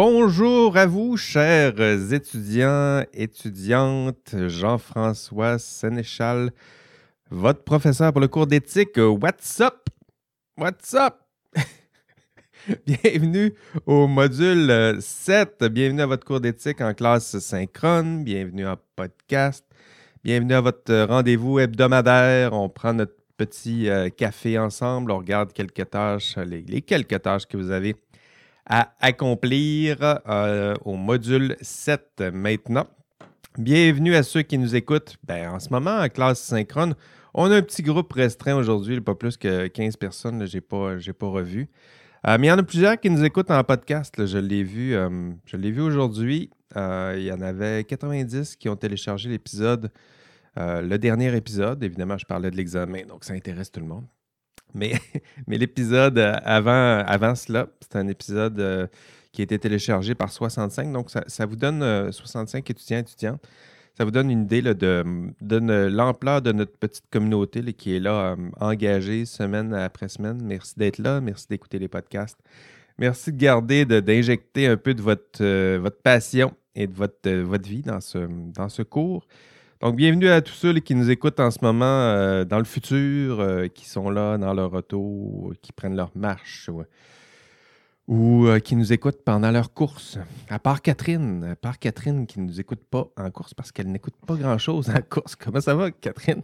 Bonjour à vous, chers étudiants, étudiantes. Jean-François Sénéchal, votre professeur pour le cours d'éthique. What's up? What's up? Bienvenue au module 7. Bienvenue à votre cours d'éthique en classe synchrone. Bienvenue en podcast. Bienvenue à votre rendez-vous hebdomadaire. On prend notre petit café ensemble. On regarde quelques tâches, les quelques tâches que vous avez à accomplir au module 7 maintenant. Bienvenue à ceux qui nous écoutent. En ce moment, en classe synchrone, on a un petit groupe restreint aujourd'hui, pas plus que 15 personnes, je n'ai pas revu. Mais il y en a plusieurs qui nous écoutent en podcast. Là, je l'ai vu aujourd'hui. Il y en avait 90 qui ont téléchargé l'épisode, le dernier épisode. Évidemment, je parlais de l'examen, donc ça intéresse tout le monde. Mais l'épisode avant cela, c'est un épisode qui a été téléchargé par 65. Donc, ça vous donne 65 étudiants. Ça vous donne une idée là, de l'ampleur de notre petite communauté là, qui est là, engagée semaine après semaine. Merci d'être là. Merci d'écouter les podcasts. Merci de garder, d'injecter un peu de votre passion et de votre vie dans ce cours. Donc, bienvenue à tous ceux là, qui nous écoutent en ce moment dans le futur, qui sont là dans leur auto, qui prennent leur marche ou qui nous écoutent pendant leur course. À part Catherine qui ne nous écoute pas en course parce qu'elle n'écoute pas grand-chose en course. Comment ça va, Catherine?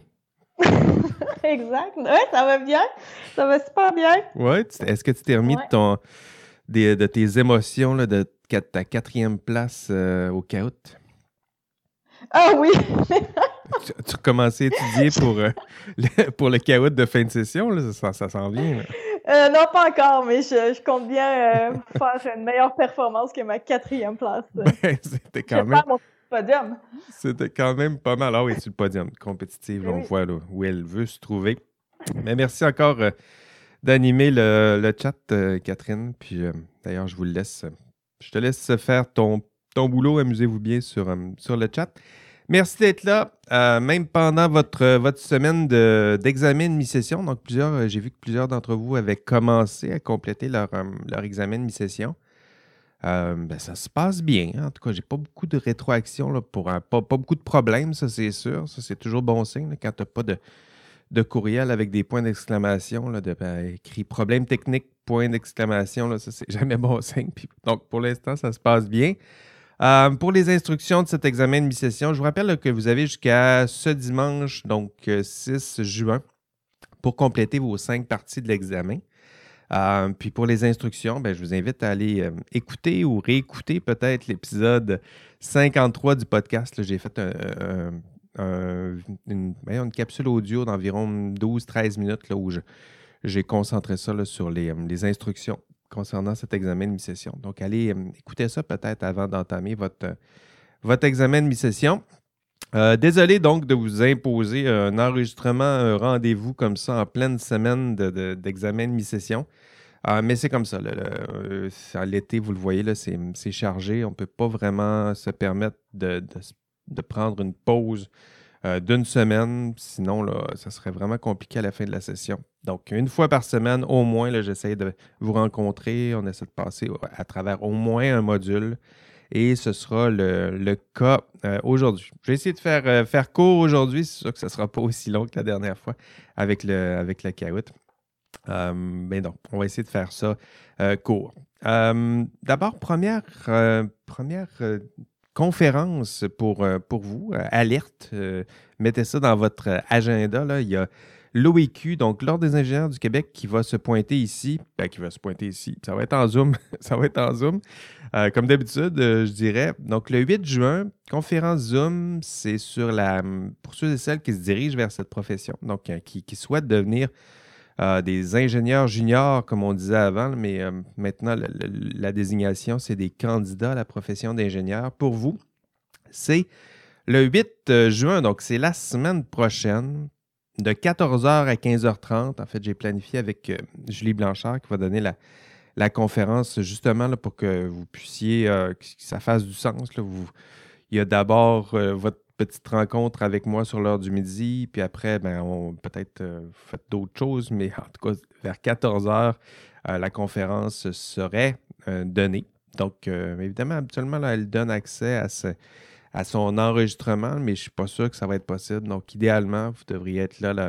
Exact. Oui, ça va bien. Ça va super bien. Oui. Est-ce que tu t'es remis de tes émotions là, de ta 4e place au Caout? Ah oui! Tu recommences à étudier pour le Caout de fin de session? Là, ça s'en vient. Là. Non, pas encore, mais je compte bien faire une meilleure performance que ma 4e place. C'était quand même... faire mon podium. C'était quand même pas mal. Ah oui, sur le podium. Compétitive, on voit là, où elle veut se trouver. Mais merci encore d'animer le chat, Catherine. Puis d'ailleurs, je te laisse faire ton boulot. Amusez-vous bien sur le chat. Merci d'être là, même pendant votre semaine d'examen de mi-session. Donc, j'ai vu que plusieurs d'entre vous avaient commencé à compléter leur examen de mi-session. Ça se passe bien. En tout cas, j'ai pas beaucoup de rétroaction, là, pas beaucoup de problèmes, ça c'est sûr. Ça, c'est toujours bon signe là, quand tu n'as pas de courriel avec des points d'exclamation, là, écrit problème technique, point d'exclamation, là, ça c'est jamais bon signe. Puis, donc, pour l'instant, ça se passe bien. Pour les instructions de cet examen de mi-session, je vous rappelle là, que vous avez jusqu'à ce dimanche, donc 6 juin, pour compléter vos 5 parties de l'examen. Puis pour les instructions, je vous invite à aller écouter ou réécouter peut-être l'épisode 53 du podcast. Là, j'ai fait une capsule audio d'environ 12-13 minutes là, où j'ai concentré ça là, sur les instructions concernant cet examen de mi-session. Donc, allez écouter ça peut-être avant d'entamer votre examen de mi-session. Désolé donc de vous imposer un enregistrement, un rendez-vous comme ça en pleine semaine d'examen de mi-session. Mais c'est comme ça. À l'été, vous le voyez, là, c'est chargé. On ne peut pas vraiment se permettre de prendre une pause d'une semaine. Sinon, là, ça serait vraiment compliqué à la fin de la session. Donc, une fois par semaine, au moins, là, j'essaie de vous rencontrer. On essaie de passer à travers au moins un module. Et ce sera le cas aujourd'hui. Je vais essayer de faire court aujourd'hui. C'est sûr que ce ne sera pas aussi long que la dernière fois avec le Caout. Mais donc, on va essayer de faire ça court. D'abord, première conférence pour vous, alerte. Mettez ça dans votre agenda. Là. Il y a l'OEQ, donc l'Ordre des ingénieurs du Québec, qui va se pointer ici. Ça va être en Zoom. Ça va être en Zoom. Comme d'habitude, je dirais. Donc, le 8 juin, conférence Zoom, c'est pour ceux et celles qui se dirigent vers cette profession, donc qui souhaitent devenir des ingénieurs juniors, comme on disait avant, mais maintenant, la désignation, c'est des candidats à la profession d'ingénieur. Pour vous, c'est le 8 juin, donc c'est la semaine prochaine, de 14h à 15h30. En fait, j'ai planifié avec Julie Blanchard qui va donner la conférence justement là, pour que vous puissiez, que ça fasse du sens. Là. Il y a d'abord votre petite rencontre avec moi sur l'heure du midi, puis après, on peut-être fait d'autres choses, mais en tout cas, vers 14h, la conférence serait donnée. Donc, évidemment, habituellement, là, elle donne accès à son enregistrement, mais je ne suis pas sûr que ça va être possible. Donc, idéalement, vous devriez être là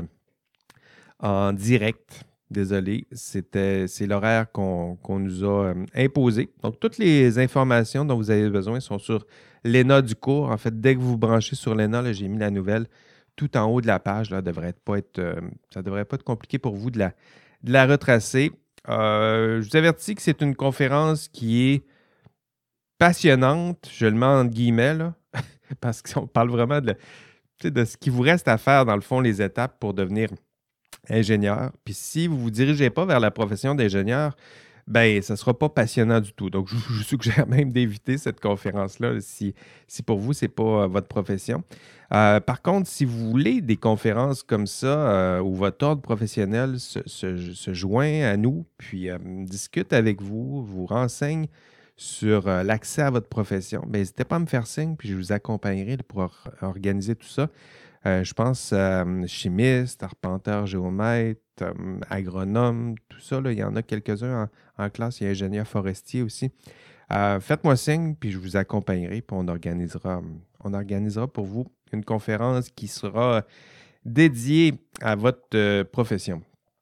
en direct. Désolé, c'est l'horaire qu'on nous a imposé. Donc, toutes les informations dont vous avez besoin sont sur l'ENA du cours. En fait, dès que vous vous branchez sur l'ENA, là, j'ai mis la nouvelle tout en haut de la page. Là, ça ne devrait pas être compliqué pour vous de la retracer. Je vous avertis que c'est une conférence qui est passionnante, je le mets entre guillemets, là, parce qu'on parle vraiment de ce qui vous reste à faire, dans le fond, les étapes pour devenir ingénieur. Puis si vous ne vous dirigez pas vers la profession d'ingénieur, ben ça ne sera pas passionnant du tout. Donc, je vous suggère même d'éviter cette conférence-là si pour vous, ce n'est pas votre profession. Par contre, si vous voulez des conférences comme ça, où votre ordre professionnel se joint à nous, puis discute avec vous, vous renseigne sur l'accès à votre profession, ben, n'hésitez pas à me faire signe, puis je vous accompagnerai pour organiser tout ça. Je pense chimiste, arpenteur, géomètre, agronome, tout ça. Là, il y en a quelques-uns en classe. Il y a ingénieur forestier aussi. Faites-moi signe, puis je vous accompagnerai, puis on organisera pour vous une conférence qui sera dédiée à votre profession.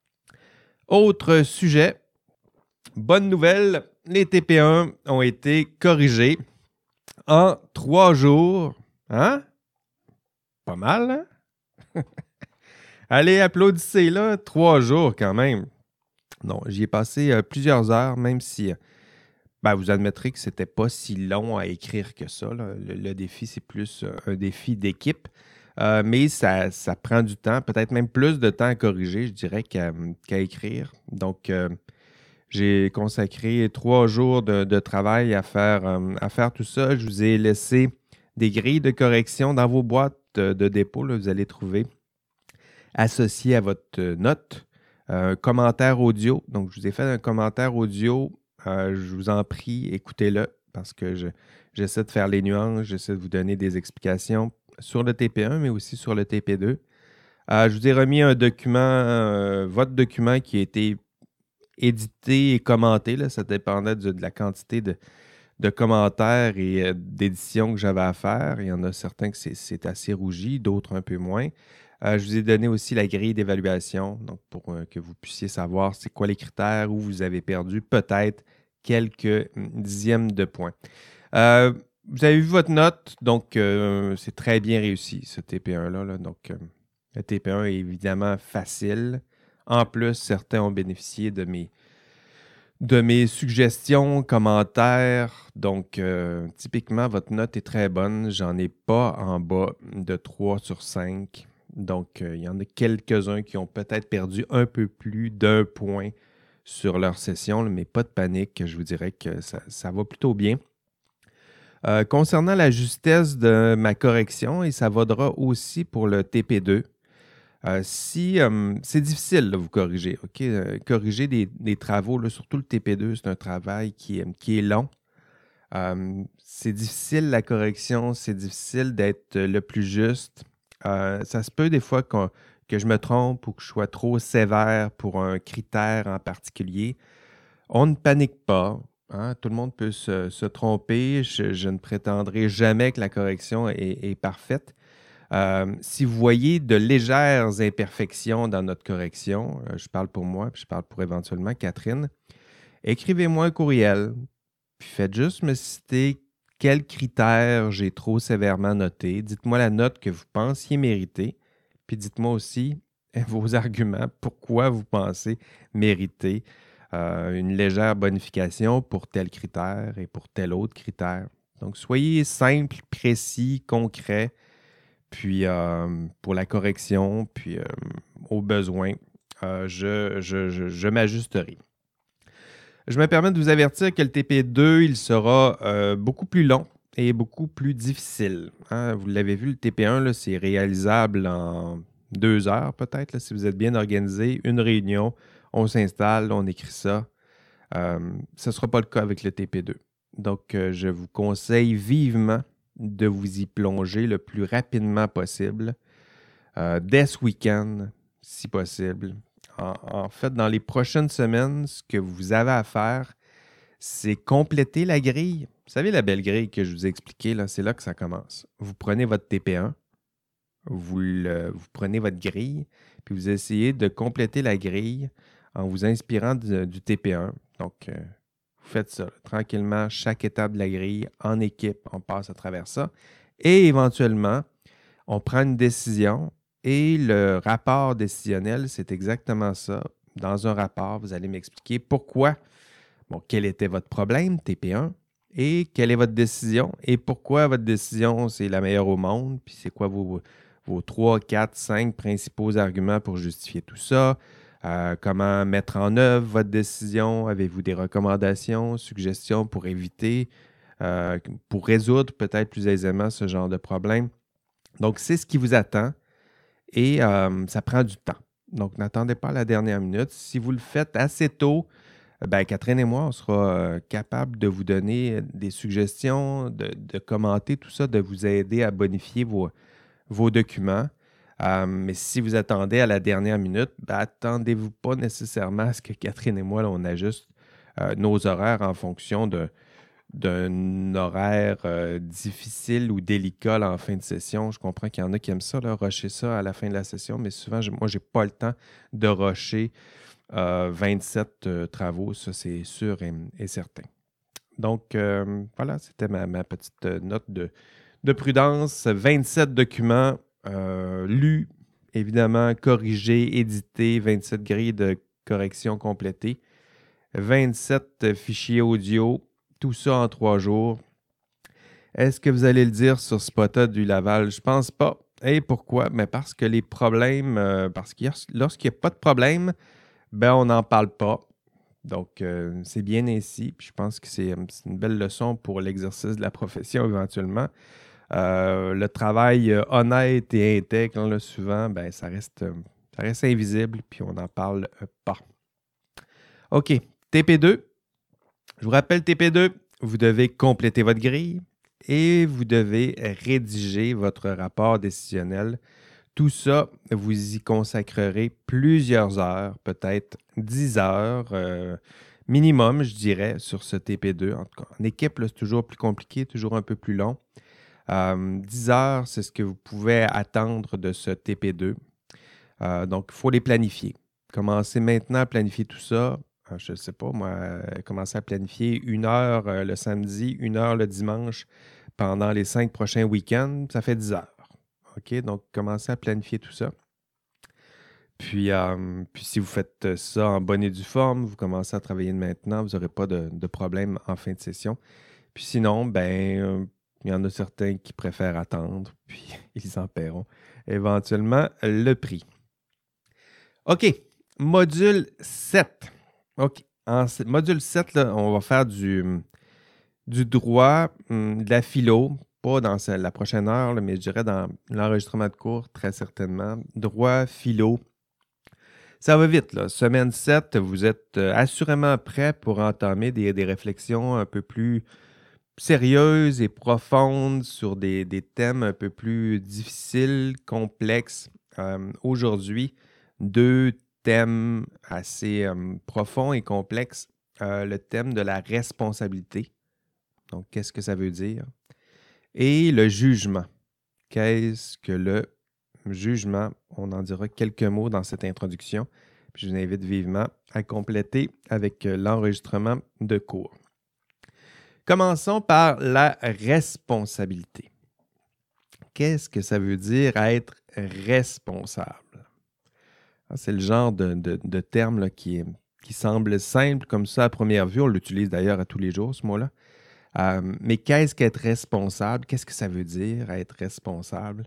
Autre sujet, bonne nouvelle, les TP1 ont été corrigés en 3 jours. Hein? Pas mal, hein? Allez, applaudissez là, 3 jours quand même. Non, j'y ai passé plusieurs heures, même si vous admettrez que c'était pas si long à écrire que ça. Là. Le défi, c'est plus un défi d'équipe. Mais ça prend du temps, peut-être même plus de temps à corriger, je dirais, qu'à écrire. Donc, j'ai consacré 3 jours de travail à faire tout ça. Je vous ai laissé des grilles de correction dans vos boîtes de dépôt. Là, vous allez trouver associé à votre note, un commentaire audio. Donc, je vous ai fait un commentaire audio. Je vous en prie, écoutez-le parce que j'essaie de faire les nuances, j'essaie de vous donner des explications sur le TP1, mais aussi sur le TP2. Je vous ai remis un document, votre document qui a été édité et commenté. Là, ça dépendait de la quantité de commentaires et d'éditions que j'avais à faire. Il y en a certains que c'est assez rougi, d'autres un peu moins. Je vous ai donné aussi la grille d'évaluation, donc pour que vous puissiez savoir c'est quoi les critères, où vous avez perdu peut-être quelques dixièmes de points. Vous avez vu votre note, donc c'est très bien réussi, ce TP1-là. Là. Donc, le TP1 est évidemment facile. En plus, certains ont bénéficié de mes suggestions, commentaires. Donc, typiquement, votre note est très bonne. J'en ai pas en bas de 3 sur 5. Donc, il y en a quelques-uns qui ont peut-être perdu un peu plus d'1 point sur leur session, mais pas de panique. Je vous dirais que ça va plutôt bien. Concernant la justesse de ma correction, et ça vaudra aussi pour le TP2, si c'est difficile de vous corriger, OK? Corriger des travaux, là, surtout le TP2, c'est un travail qui est long. C'est difficile la correction, c'est difficile d'être le plus juste. Ça se peut des fois que je me trompe ou que je sois trop sévère pour un critère en particulier. On ne panique pas. Hein? Tout le monde peut se tromper. Je ne prétendrai jamais que la correction est parfaite. Si vous voyez de légères imperfections dans notre correction, je parle pour moi, puis je parle pour éventuellement Catherine, écrivez-moi un courriel, puis faites juste me citer quels critères j'ai trop sévèrement notés. Dites-moi la note que vous pensiez mériter, puis dites-moi aussi vos arguments, pourquoi vous pensez mériter une légère bonification pour tel critère et pour tel autre critère. Donc, soyez simple, précis, concret. Puis pour la correction, puis au besoin, je m'ajusterai. Je me permets de vous avertir que le TP2, il sera beaucoup plus long et beaucoup plus difficile. Hein? Vous l'avez vu, le TP1, là, c'est réalisable en 2 heures peut-être, là, si vous êtes bien organisé. Une réunion, on s'installe, on écrit ça. Ce ne sera pas le cas avec le TP2. Donc, je vous conseille vivement de vous y plonger le plus rapidement possible, dès ce week-end, si possible. En fait, dans les prochaines semaines, ce que vous avez à faire, c'est compléter la grille. Vous savez, la belle grille que je vous ai expliquée, là, c'est là que ça commence. Vous prenez votre TP1, vous prenez votre grille, puis vous essayez de compléter la grille en vous inspirant du TP1. Donc, vous faites ça tranquillement, chaque étape de la grille, en équipe, on passe à travers ça. Et éventuellement, on prend une décision et le rapport décisionnel, c'est exactement ça. Dans un rapport, vous allez m'expliquer pourquoi, quel était votre problème, TP1, et quelle est votre décision et pourquoi votre décision, c'est la meilleure au monde, puis c'est quoi vos 3, 4, 5 principaux arguments pour justifier tout ça. Comment mettre en œuvre votre décision? Avez-vous des recommandations, suggestions pour éviter, pour résoudre peut-être plus aisément ce genre de problème? Donc, c'est ce qui vous attend et ça prend du temps. Donc, n'attendez pas la dernière minute. Si vous le faites assez tôt, Catherine et moi, on sera capable de vous donner des suggestions, de commenter tout ça, de vous aider à bonifier vos documents. Mais si vous attendez à la dernière minute, attendez-vous pas nécessairement à ce que Catherine et moi, là, on ajuste nos horaires en fonction d'un horaire difficile ou délicat là, en fin de session. Je comprends qu'il y en a qui aiment ça, là, rusher ça à la fin de la session, mais souvent, moi, je n'ai pas le temps de rusher 27 travaux, ça c'est sûr et certain. Donc, voilà, c'était ma petite note de prudence. 27 documents lus, évidemment, corrigés, édités, 27 grilles de correction complétées, 27 fichiers audio, tout ça en 3 jours. Est-ce que vous allez le dire sur Spota du Laval? Je pense pas. Et pourquoi? Mais parce que les problèmes, lorsqu'il n'y a pas de problème, on n'en parle pas. Donc, c'est bien ainsi. Puis je pense que c'est une belle leçon pour l'exercice de la profession éventuellement. Le travail honnête et intègre, là, souvent, ça reste invisible, puis on n'en parle pas. OK, TP2. Je vous rappelle TP2, vous devez compléter votre grille et vous devez rédiger votre rapport décisionnel. Tout ça, vous y consacrerez plusieurs heures, peut-être 10 heures minimum, je dirais, sur ce TP2. En tout cas, en équipe, là, c'est toujours plus compliqué, toujours un peu plus long. 10 heures, c'est ce que vous pouvez attendre de ce TP2. Donc, il faut les planifier. Commencez maintenant à planifier tout ça. Je ne sais pas, moi, commencer à planifier 1 heure le samedi, 1 heure le dimanche pendant les 5 prochains week-ends, ça fait 10 heures. OK, donc commencez à planifier tout ça. Puis si vous faites ça en bonne et due forme, vous commencez à travailler de maintenant, vous n'aurez pas de problème en fin de session. Puis sinon, il y en a certains qui préfèrent attendre, puis ils en paieront éventuellement le prix. OK, module 7. OK, module 7, là, on va faire du droit, de la philo, pas dans la prochaine heure, là, mais je dirais dans l'enregistrement de cours, très certainement. Droit, philo. Ça va vite, là. Semaine 7, vous êtes assurément prêt pour entamer des réflexions un peu plus sérieuses et profondes sur des thèmes un peu plus difficiles, complexes. Aujourd'hui, 2 thèmes assez profonds et complexes. Le thème de la responsabilité. Donc, qu'est-ce que ça veut dire? Et le jugement. Qu'est-ce que le jugement? On en dira quelques mots dans cette introduction. Puis je vous invite vivement à compléter avec l'enregistrement de cours. Commençons par la responsabilité. Qu'est-ce que ça veut dire être responsable? C'est le genre de terme là, qui semble simple comme ça à première vue. On l'utilise d'ailleurs à tous les jours, ce mot-là. Mais qu'est-ce qu'être responsable? Qu'est-ce que ça veut dire, être responsable?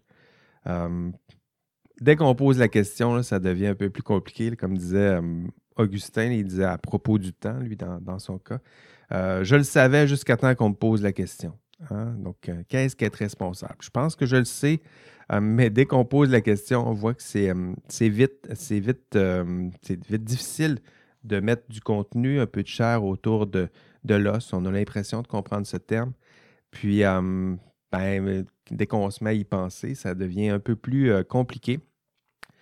Dès qu'on pose la question, là, ça devient un peu plus compliqué. Là, comme disait Augustin, il disait à propos du temps, lui, dans son cas. Je le savais jusqu'à temps qu'on me pose la question. Hein? Donc, qu'est-ce qu'être responsable? Je pense que je le sais, mais dès qu'on pose la question, on voit que c'est vite difficile de mettre du contenu, un peu de chair autour de l'os. On a l'impression de comprendre ce terme. Puis, dès qu'on se met à y penser, ça devient un peu plus compliqué.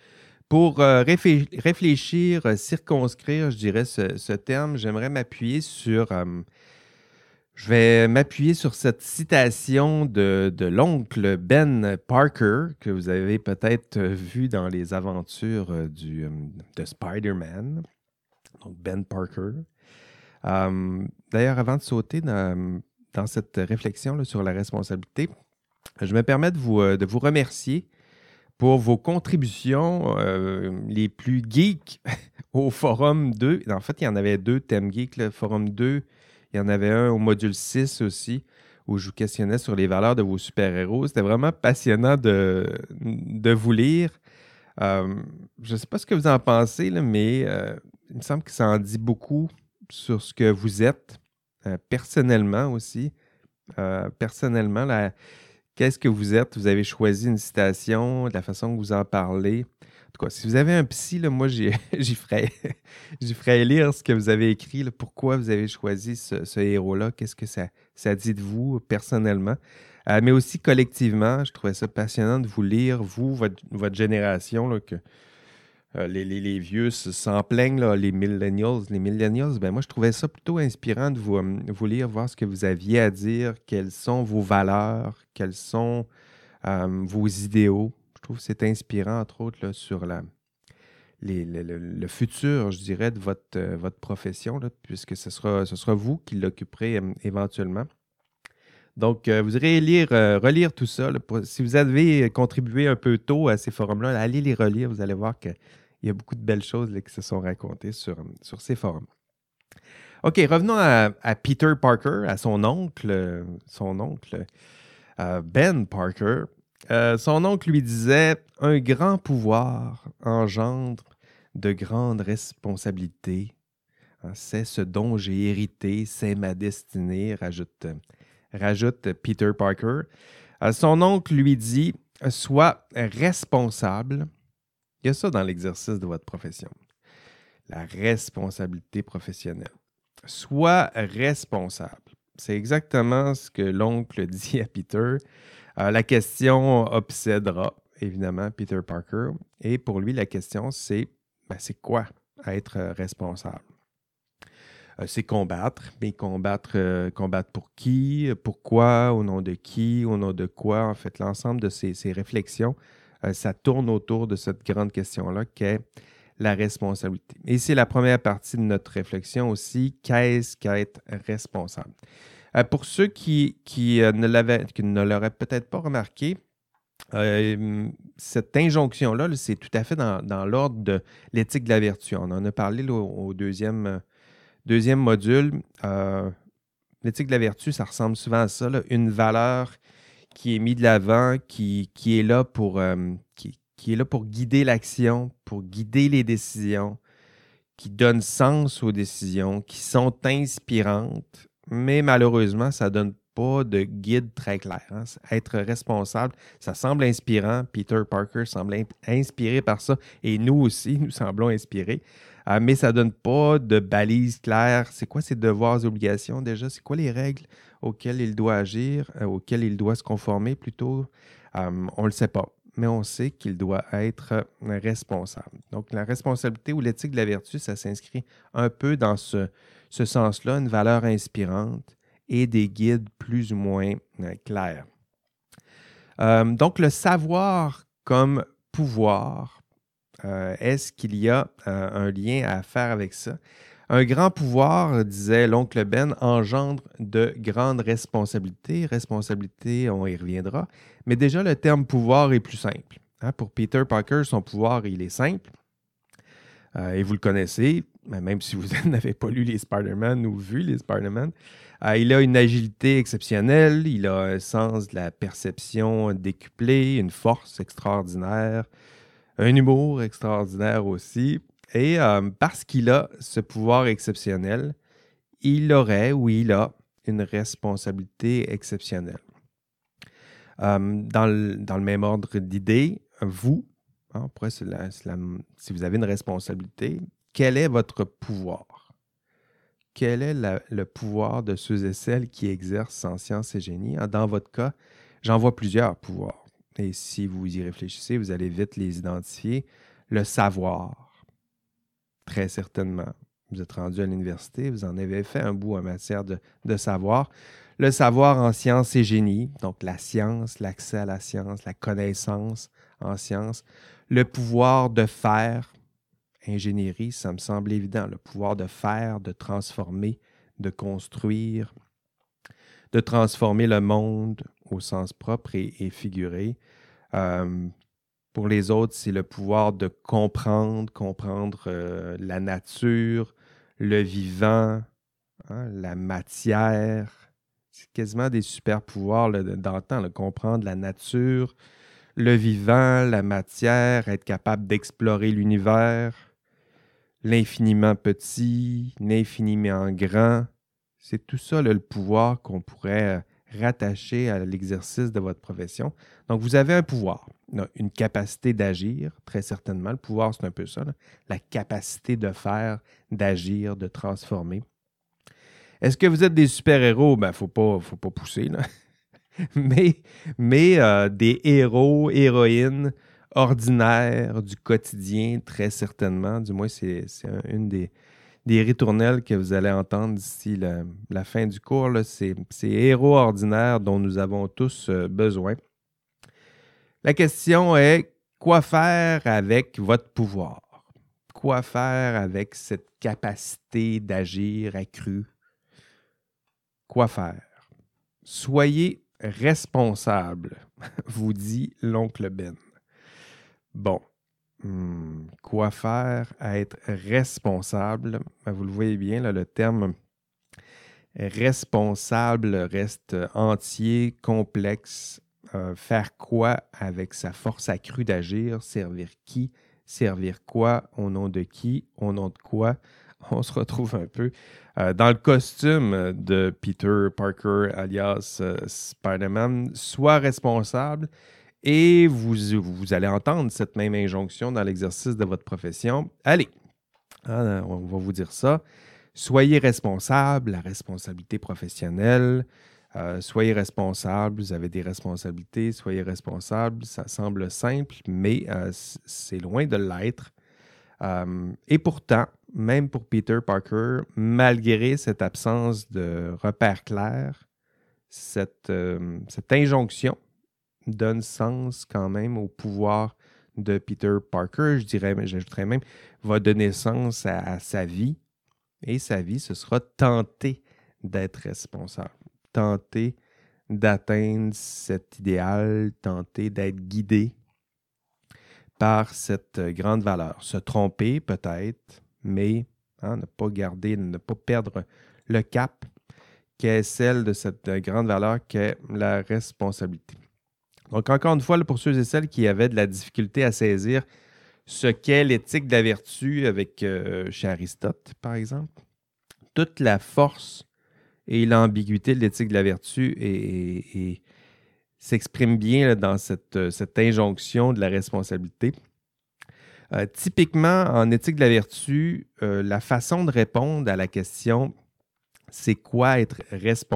Pour réfléchir, circonscrire, je dirais, ce terme, j'aimerais m'appuyer sur... je vais m'appuyer sur cette citation de l'oncle Ben Parker, que vous avez peut-être vu dans les aventures de Spider-Man. Donc, Ben Parker. D'ailleurs, avant de sauter dans cette réflexion là, sur la responsabilité, je me permets de vous remercier pour vos contributions les plus geeks au Forum 2. En fait, il y en avait deux thèmes geeks, le Forum 2. Il y en avait un au module 6 aussi, où je vous questionnais sur les valeurs de vos super-héros. C'était vraiment passionnant de vous lire. Je ne sais pas ce que vous en pensez, là, mais il me semble que ça en dit beaucoup sur ce que vous êtes, personnellement aussi. Personnellement, qu'est-ce que vous êtes? Vous avez choisi une citation, de la façon que vous en parlez. En tout cas, si vous avez un psy, là, moi, j'y ferais lire ce que vous avez écrit, là, pourquoi vous avez choisi ce héros-là, qu'est-ce que ça dit de vous personnellement, mais aussi collectivement. Je trouvais ça passionnant de vous lire, vous, votre génération, là, que les vieux s'en plaignent, là, les millennials. Les millennials, ben moi, je trouvais ça plutôt inspirant de vous lire, voir ce que vous aviez à dire, quelles sont vos valeurs, quels sont vos idéaux. Je trouve que c'est inspirant, entre autres, là, sur le futur, je dirais, de votre profession, là, puisque ce sera vous qui l'occuperez éventuellement. Donc, vous irez relire tout ça. Là, si vous avez contribué un peu tôt à ces forums-là, allez les relire. Vous allez voir qu'il y a beaucoup de belles choses là, qui se sont racontées sur ces forums. OK, revenons à Peter Parker, à son oncle Ben Parker. Son oncle lui disait « Un grand pouvoir engendre de grandes responsabilités. C'est ce dont j'ai hérité, c'est ma destinée, rajoute Peter Parker. Son oncle lui dit « Sois responsable. » Il y a ça dans l'exercice de votre profession. La responsabilité professionnelle. Sois responsable. C'est exactement ce que l'oncle dit à Peter. La question obsédera, évidemment, Peter Parker. Et pour lui, la question, c'est c'est quoi être responsable? C'est combattre, mais combattre pour qui, pourquoi, au nom de qui, au nom de quoi. En fait, l'ensemble de ces réflexions, ça tourne autour de cette grande question-là qu'est la responsabilité. Et c'est la première partie de notre réflexion aussi, qu'est-ce qu'être responsable? Pour ceux qui ne l'auraient peut-être pas remarqué, cette injonction-là, là, c'est tout à fait dans l'ordre de l'éthique de la vertu. On en a parlé là, au deuxième module. L'éthique de la vertu, ça ressemble souvent à ça, là, une valeur qui est mise de l'avant, qui est là qui est là pour guider l'action, pour guider les décisions, qui donne sens aux décisions, qui sont inspirantes, mais malheureusement, ça ne donne pas de guide très clair. Hein. Être responsable, ça semble inspirant. Peter Parker semble inspiré par ça, et nous aussi, nous semblons inspirés. Mais ça ne donne pas de balises claires. C'est quoi ses devoirs et obligations déjà? C'est quoi les règles auxquelles il doit agir, auxquelles il doit se conformer plutôt? On ne le sait pas, mais on sait qu'il doit être responsable. Donc, la responsabilité ou l'éthique de la vertu, ça s'inscrit un peu dans ce sens-là, une valeur inspirante et des guides plus ou moins clairs. Donc, le savoir comme pouvoir, est-ce qu'il y a un lien à faire avec ça? Un grand pouvoir, disait l'oncle Ben, engendre de grandes responsabilités. Responsabilité, on y reviendra. Mais déjà, le terme pouvoir est plus simple. Hein? Pour Peter Parker, son pouvoir, il est simple. Et vous le connaissez, même si vous n'avez pas lu les Spider-Man ou vu les Spider-Man. Il a une agilité exceptionnelle, il a un sens de la perception décuplé, une force extraordinaire, un humour extraordinaire aussi. Et parce qu'il a ce pouvoir exceptionnel, il aurait ou il a une responsabilité exceptionnelle. Dans le même ordre d'idées, vous, hein, si vous avez une responsabilité, quel est votre pouvoir? Quel est le pouvoir de ceux et celles qui exercent en sciences et génie? Dans votre cas, j'en vois plusieurs pouvoirs. Et si vous y réfléchissez, vous allez vite les identifier. le savoir. Très certainement. Vous êtes rendu à l'université, vous en avez fait un bout en matière de savoir. Le savoir en sciences et génie, donc la science, l'accès à la science, la connaissance en sciences, le pouvoir de faire, ingénierie, ça me semble évident, le pouvoir de faire, de transformer, de construire, de transformer le monde au sens propre et figuré. Pour les autres, c'est le pouvoir de comprendre la nature, le vivant, hein, la matière. C'est quasiment des super pouvoirs là, d'antan, là, comprendre la nature, le vivant, la matière, être capable d'explorer l'univers, l'infiniment petit, l'infiniment grand. C'est tout ça là, le pouvoir qu'on pourrait rattacher à l'exercice de votre profession. Donc, vous avez un pouvoir, là, une capacité d'agir, très certainement. Le pouvoir, c'est un peu ça, là, la capacité de faire, d'agir, de transformer. Est-ce que vous êtes des super-héros? Ben, faut pas pousser, là. mais des héros, héroïnes ordinaires du quotidien, très certainement. Du moins, c'est une des ritournelles que vous allez entendre d'ici la fin du cours. Là, c'est héros ordinaires dont nous avons tous besoin. La question est, quoi faire avec votre pouvoir? Quoi faire avec cette capacité d'agir accrue? Quoi faire? Soyez responsable, vous dit l'oncle Ben. Bon, quoi faire à être responsable? Ben, vous le voyez bien, là, le terme responsable reste entier, complexe. Faire quoi avec sa force accrue d'agir? Servir qui? Servir quoi? Au nom de qui? Au nom de quoi? On se retrouve un peu dans le costume de Peter Parker, alias Spider-Man. Sois responsable et vous allez entendre cette même injonction dans l'exercice de votre profession. Allez, on va vous dire ça. Soyez responsable, la responsabilité professionnelle. Soyez responsable, vous avez des responsabilités, soyez responsable. Ça semble simple, mais c'est loin de l'être. Et pourtant, même pour Peter Parker, malgré cette absence de repères clairs, cette injonction donne sens quand même au pouvoir de Peter Parker. J'ajouterais même, va donner sens à sa vie. Et sa vie, ce sera tenter d'être responsable, tenter d'atteindre cet idéal, tenter d'être guidé par cette grande valeur. Se tromper peut-être, mais ne pas perdre le cap qu'est celle de cette grande valeur qu'est la responsabilité. Donc, encore une fois, là, pour ceux et celles qui avaient de la difficulté à saisir ce qu'est l'éthique de la vertu chez Aristote, par exemple, toute la force et l'ambiguïté de l'éthique de la vertu s'exprime bien là, dans cette injonction de la responsabilité. Typiquement, en éthique de la vertu, la façon de répondre à la question « c'est quoi être responsable ?»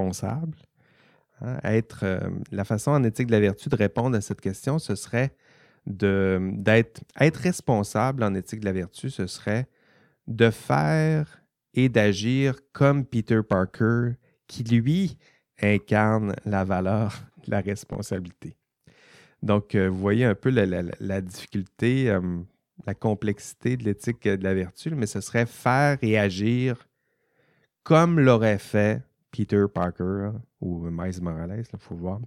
la façon en éthique de la vertu de répondre à cette question, ce serait être responsable en éthique de la vertu, ce serait de faire et d'agir comme Peter Parker, qui, lui, incarne la valeur de la responsabilité. Donc, vous voyez un peu la difficulté, la complexité de l'éthique de la vertu, mais ce serait faire et agir comme l'aurait fait Peter Parker ou Miles Morales, il faut voir.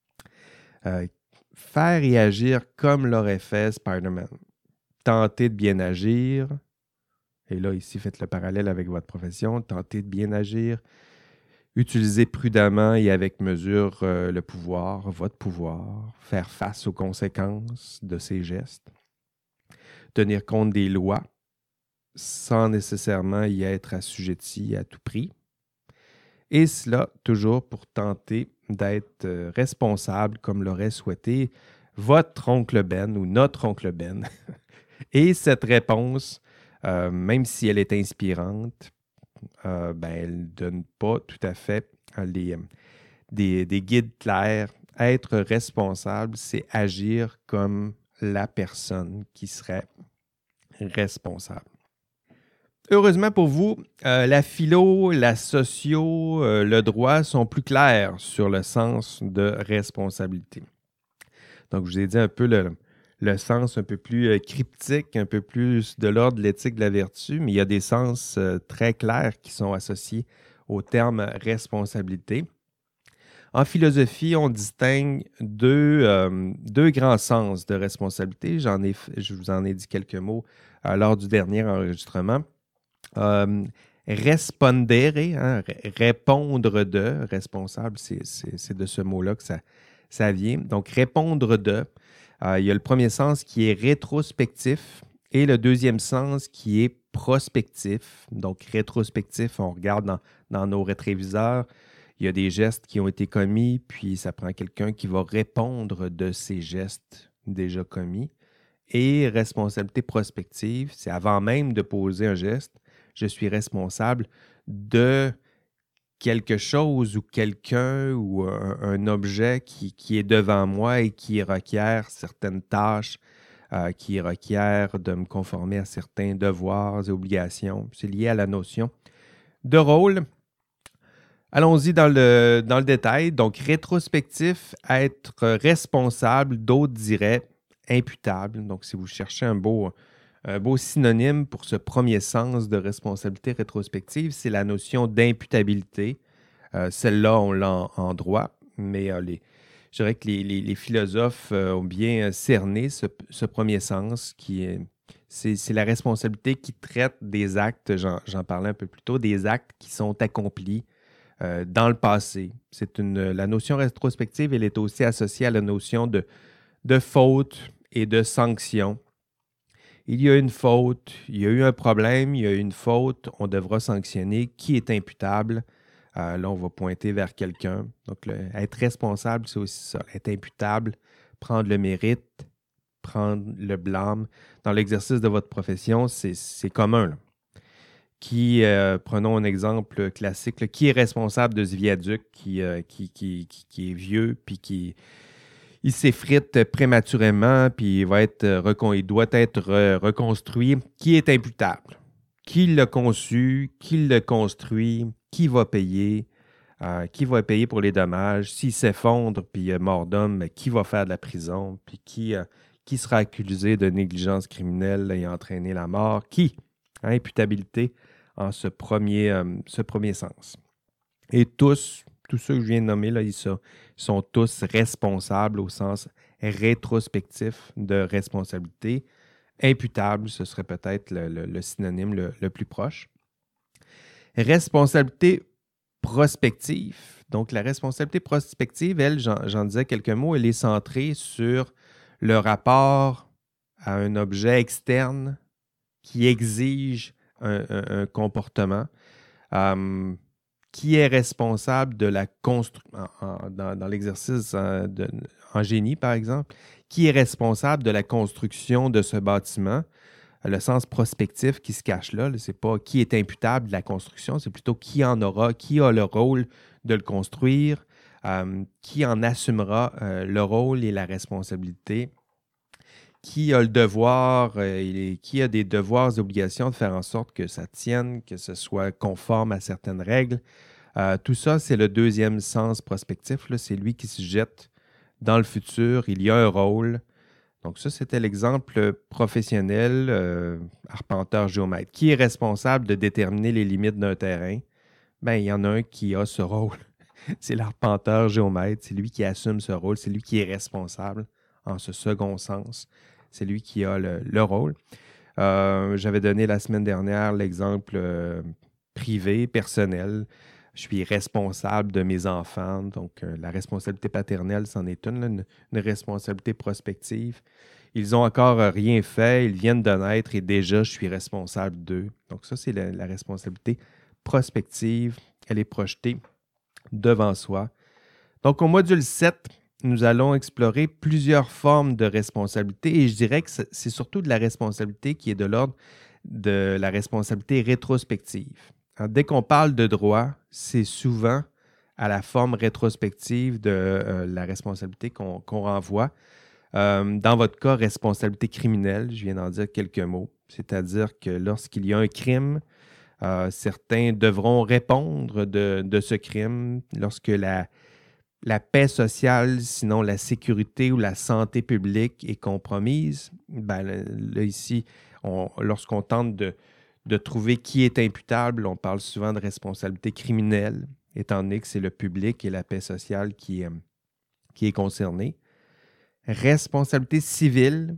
Faire et agir comme l'aurait fait Spider-Man. Tenter de bien agir. Et là, ici, faites le parallèle avec votre profession. Tenter de bien agir. Utiliser prudemment et avec mesure le pouvoir, votre pouvoir. Faire face aux conséquences de ses gestes. Tenir compte des lois sans nécessairement y être assujetti à tout prix. Et cela toujours pour tenter d'être responsable comme l'aurait souhaité votre oncle Ben ou notre oncle Ben. Et cette réponse, même si elle est inspirante, elle ne donne pas tout à fait des guides clairs. Être responsable, c'est agir comme la personne qui serait responsable. Heureusement pour vous, la philo, la socio, le droit sont plus clairs sur le sens de responsabilité. Donc, je vous ai dit un peu le sens un peu plus cryptique, un peu plus de l'ordre de l'éthique de la vertu, mais il y a des sens très clairs qui sont associés au terme responsabilité. En philosophie, on distingue deux grands sens de responsabilité. Je vous en ai dit quelques mots lors du dernier enregistrement. Respondere, répondre de, responsable, c'est de ce mot-là que ça vient. Donc, répondre de, il y a le premier sens qui est rétrospectif et le deuxième sens qui est prospectif. Donc, rétrospectif, on regarde dans nos rétroviseurs, il y a des gestes qui ont été commis, puis ça prend quelqu'un qui va répondre de ces gestes déjà commis. Et responsabilité prospective, c'est avant même de poser un geste, je suis responsable de quelque chose ou quelqu'un ou un objet qui est devant moi et qui requiert certaines tâches, qui requiert de me conformer à certains devoirs et obligations. C'est lié à la notion de rôle. Allons-y dans le détail. Donc, rétrospectif, être responsable, d'autres diraient imputable. Donc, si vous cherchez un beau synonyme pour ce premier sens de responsabilité rétrospective, c'est la notion d'imputabilité. Celle-là, on l'a en droit, mais je dirais que les philosophes ont bien cerné ce premier sens c'est la responsabilité qui traite des actes, j'en parlais un peu plus tôt, des actes qui sont accomplis dans le passé. La notion rétrospective, elle est aussi associée à la notion de faute et de sanction. Il y a une faute, il y a eu un problème, il y a eu une faute, on devra sanctionner. Qui est imputable? Là, on va pointer vers quelqu'un. Donc, être responsable, c'est aussi ça. Être imputable, prendre le mérite, prendre le blâme. Dans l'exercice de votre profession, c'est commun, là. Prenons un exemple classique, là, qui est responsable de ce viaduc qui est vieux, puis il s'effrite prématurément, puis il doit être reconstruit. Qui est imputable? Qui l'a conçu? Qui l'a construit? Qui va payer? Qui va payer pour les dommages? S'il s'effondre, puis il y a mort d'homme, qui va faire de la prison? Puis qui sera accusé de négligence criminelle ayant entraîné la mort? Qui? Imputabilité en ce premier sens. Et tous ceux que je viens de nommer, là, ils sont tous responsables au sens rétrospectif de responsabilité. Imputable, ce serait peut-être le synonyme le plus proche. Responsabilité prospective. Donc, la responsabilité prospective, elle, j'en disais quelques mots, elle est centrée sur le rapport à un objet externe qui exige un comportement. Qui est responsable de la construction, dans l'exercice en génie, par exemple, qui est responsable de la construction de ce bâtiment? Le sens prospectif qui se cache là, c'est pas qui est imputable de la construction, c'est plutôt qui en aura, qui a le rôle de le construire, qui en assumera le rôle et la responsabilité, qui a le devoir, qui a des devoirs et obligations de faire en sorte que ça tienne, que ce soit conforme à certaines règles. Tout ça, c'est le deuxième sens prospectif, là. C'est lui qui se jette dans le futur. Il y a un rôle. Donc ça, c'était l'exemple professionnel, arpenteur-géomètre. Qui est responsable de déterminer les limites d'un terrain? Bien, il y en a un qui a ce rôle. C'est l'arpenteur-géomètre. C'est lui qui assume ce rôle. C'est lui qui est responsable en ce second sens. C'est lui qui a le rôle. J'avais donné la semaine dernière l'exemple privé, personnel. Je suis responsable de mes enfants. Donc, la responsabilité paternelle, c'en est une responsabilité prospective. Ils n'ont encore rien fait, ils viennent de naître et déjà, je suis responsable d'eux. Donc, ça, c'est la responsabilité prospective. Elle est projetée devant soi. Donc, au module 7, nous allons explorer plusieurs formes de responsabilité et je dirais que c'est surtout de la responsabilité qui est de l'ordre de la responsabilité rétrospective. Alors, dès qu'on parle de droit, c'est souvent à la forme rétrospective de la responsabilité qu'on renvoie. Dans votre cas, responsabilité criminelle, je viens d'en dire quelques mots. c'est-à-dire que lorsqu'il y a un crime, certains devront répondre de ce crime lorsque la paix sociale, sinon la sécurité ou la santé publique est compromise. Ben, là, ici, lorsqu'on tente de trouver qui est imputable, on parle souvent de responsabilité criminelle, étant donné que c'est le public et la paix sociale qui est concerné. Responsabilité civile,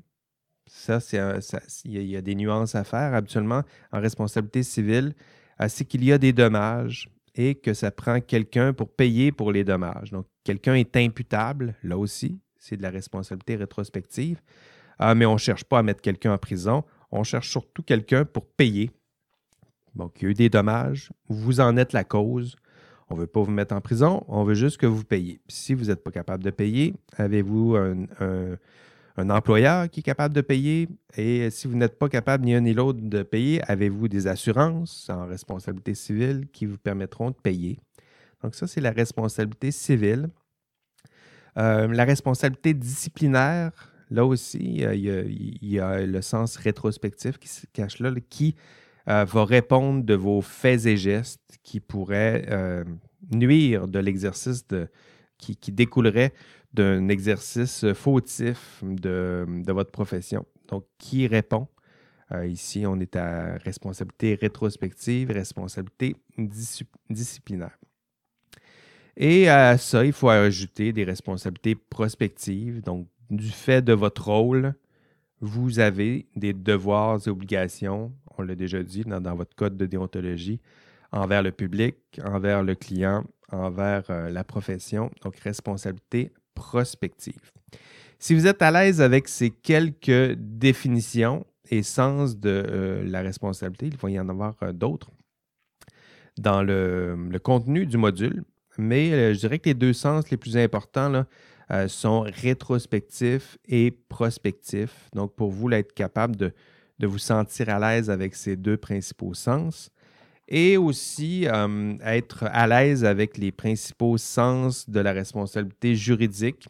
il y a des nuances à faire habituellement en responsabilité civile, c'est qu'il y a des dommages et que ça prend quelqu'un pour payer pour les dommages. Donc, quelqu'un est imputable, là aussi, c'est de la responsabilité rétrospective, mais on ne cherche pas à mettre quelqu'un en prison, on cherche surtout quelqu'un pour payer. Donc, il y a eu des dommages, vous en êtes la cause. On ne veut pas vous mettre en prison, on veut juste que vous payiez. Puis si vous n'êtes pas capable de payer, avez-vous un employeur qui est capable de payer? Et si vous n'êtes pas capable ni un ni l'autre de payer, avez-vous des assurances en responsabilité civile qui vous permettront de payer? Donc ça, c'est la responsabilité civile. La responsabilité disciplinaire, là aussi, il y a le sens rétrospectif qui se cache là, qui va répondre de vos faits et gestes qui pourraient nuire de l'exercice qui découlerait d'un exercice fautif de votre profession. Donc, qui répond? Ici, on est à responsabilité rétrospective, responsabilité disciplinaire. Et à ça, il faut ajouter des responsabilités prospectives. Donc, du fait de votre rôle, vous avez des devoirs et obligations, on l'a déjà dit dans votre code de déontologie, envers le public, envers le client, envers la profession. Donc, responsabilité prospective. Si vous êtes à l'aise avec ces quelques définitions et sens de la responsabilité, il va y en avoir d'autres dans le contenu du module, mais je dirais que les deux sens les plus importants là, sont rétrospectifs et prospectifs. Donc, pour vous, là, être capable de vous sentir à l'aise avec ces deux principaux sens et aussi être à l'aise avec les principaux sens de la responsabilité juridique,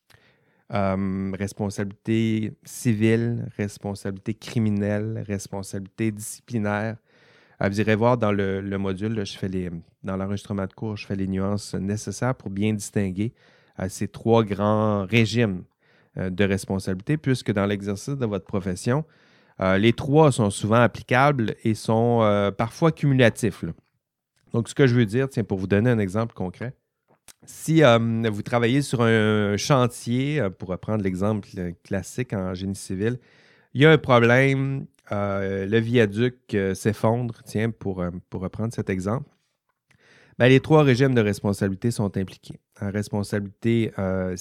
responsabilité civile, responsabilité criminelle, responsabilité disciplinaire. Vous irez voir dans le module, là, dans l'enregistrement de cours, je fais les nuances nécessaires pour bien distinguer ces trois grands régimes de responsabilité, puisque dans l'exercice de votre profession, les trois sont souvent applicables et sont parfois cumulatifs, là. Donc, ce que je veux dire, tiens, pour vous donner un exemple concret, si vous travaillez sur un chantier, pour reprendre l'exemple classique en génie civil, il y a un problème, le viaduc s'effondre, tiens, pour reprendre cet exemple. Ben, les trois régimes de responsabilité sont impliqués. Responsabilité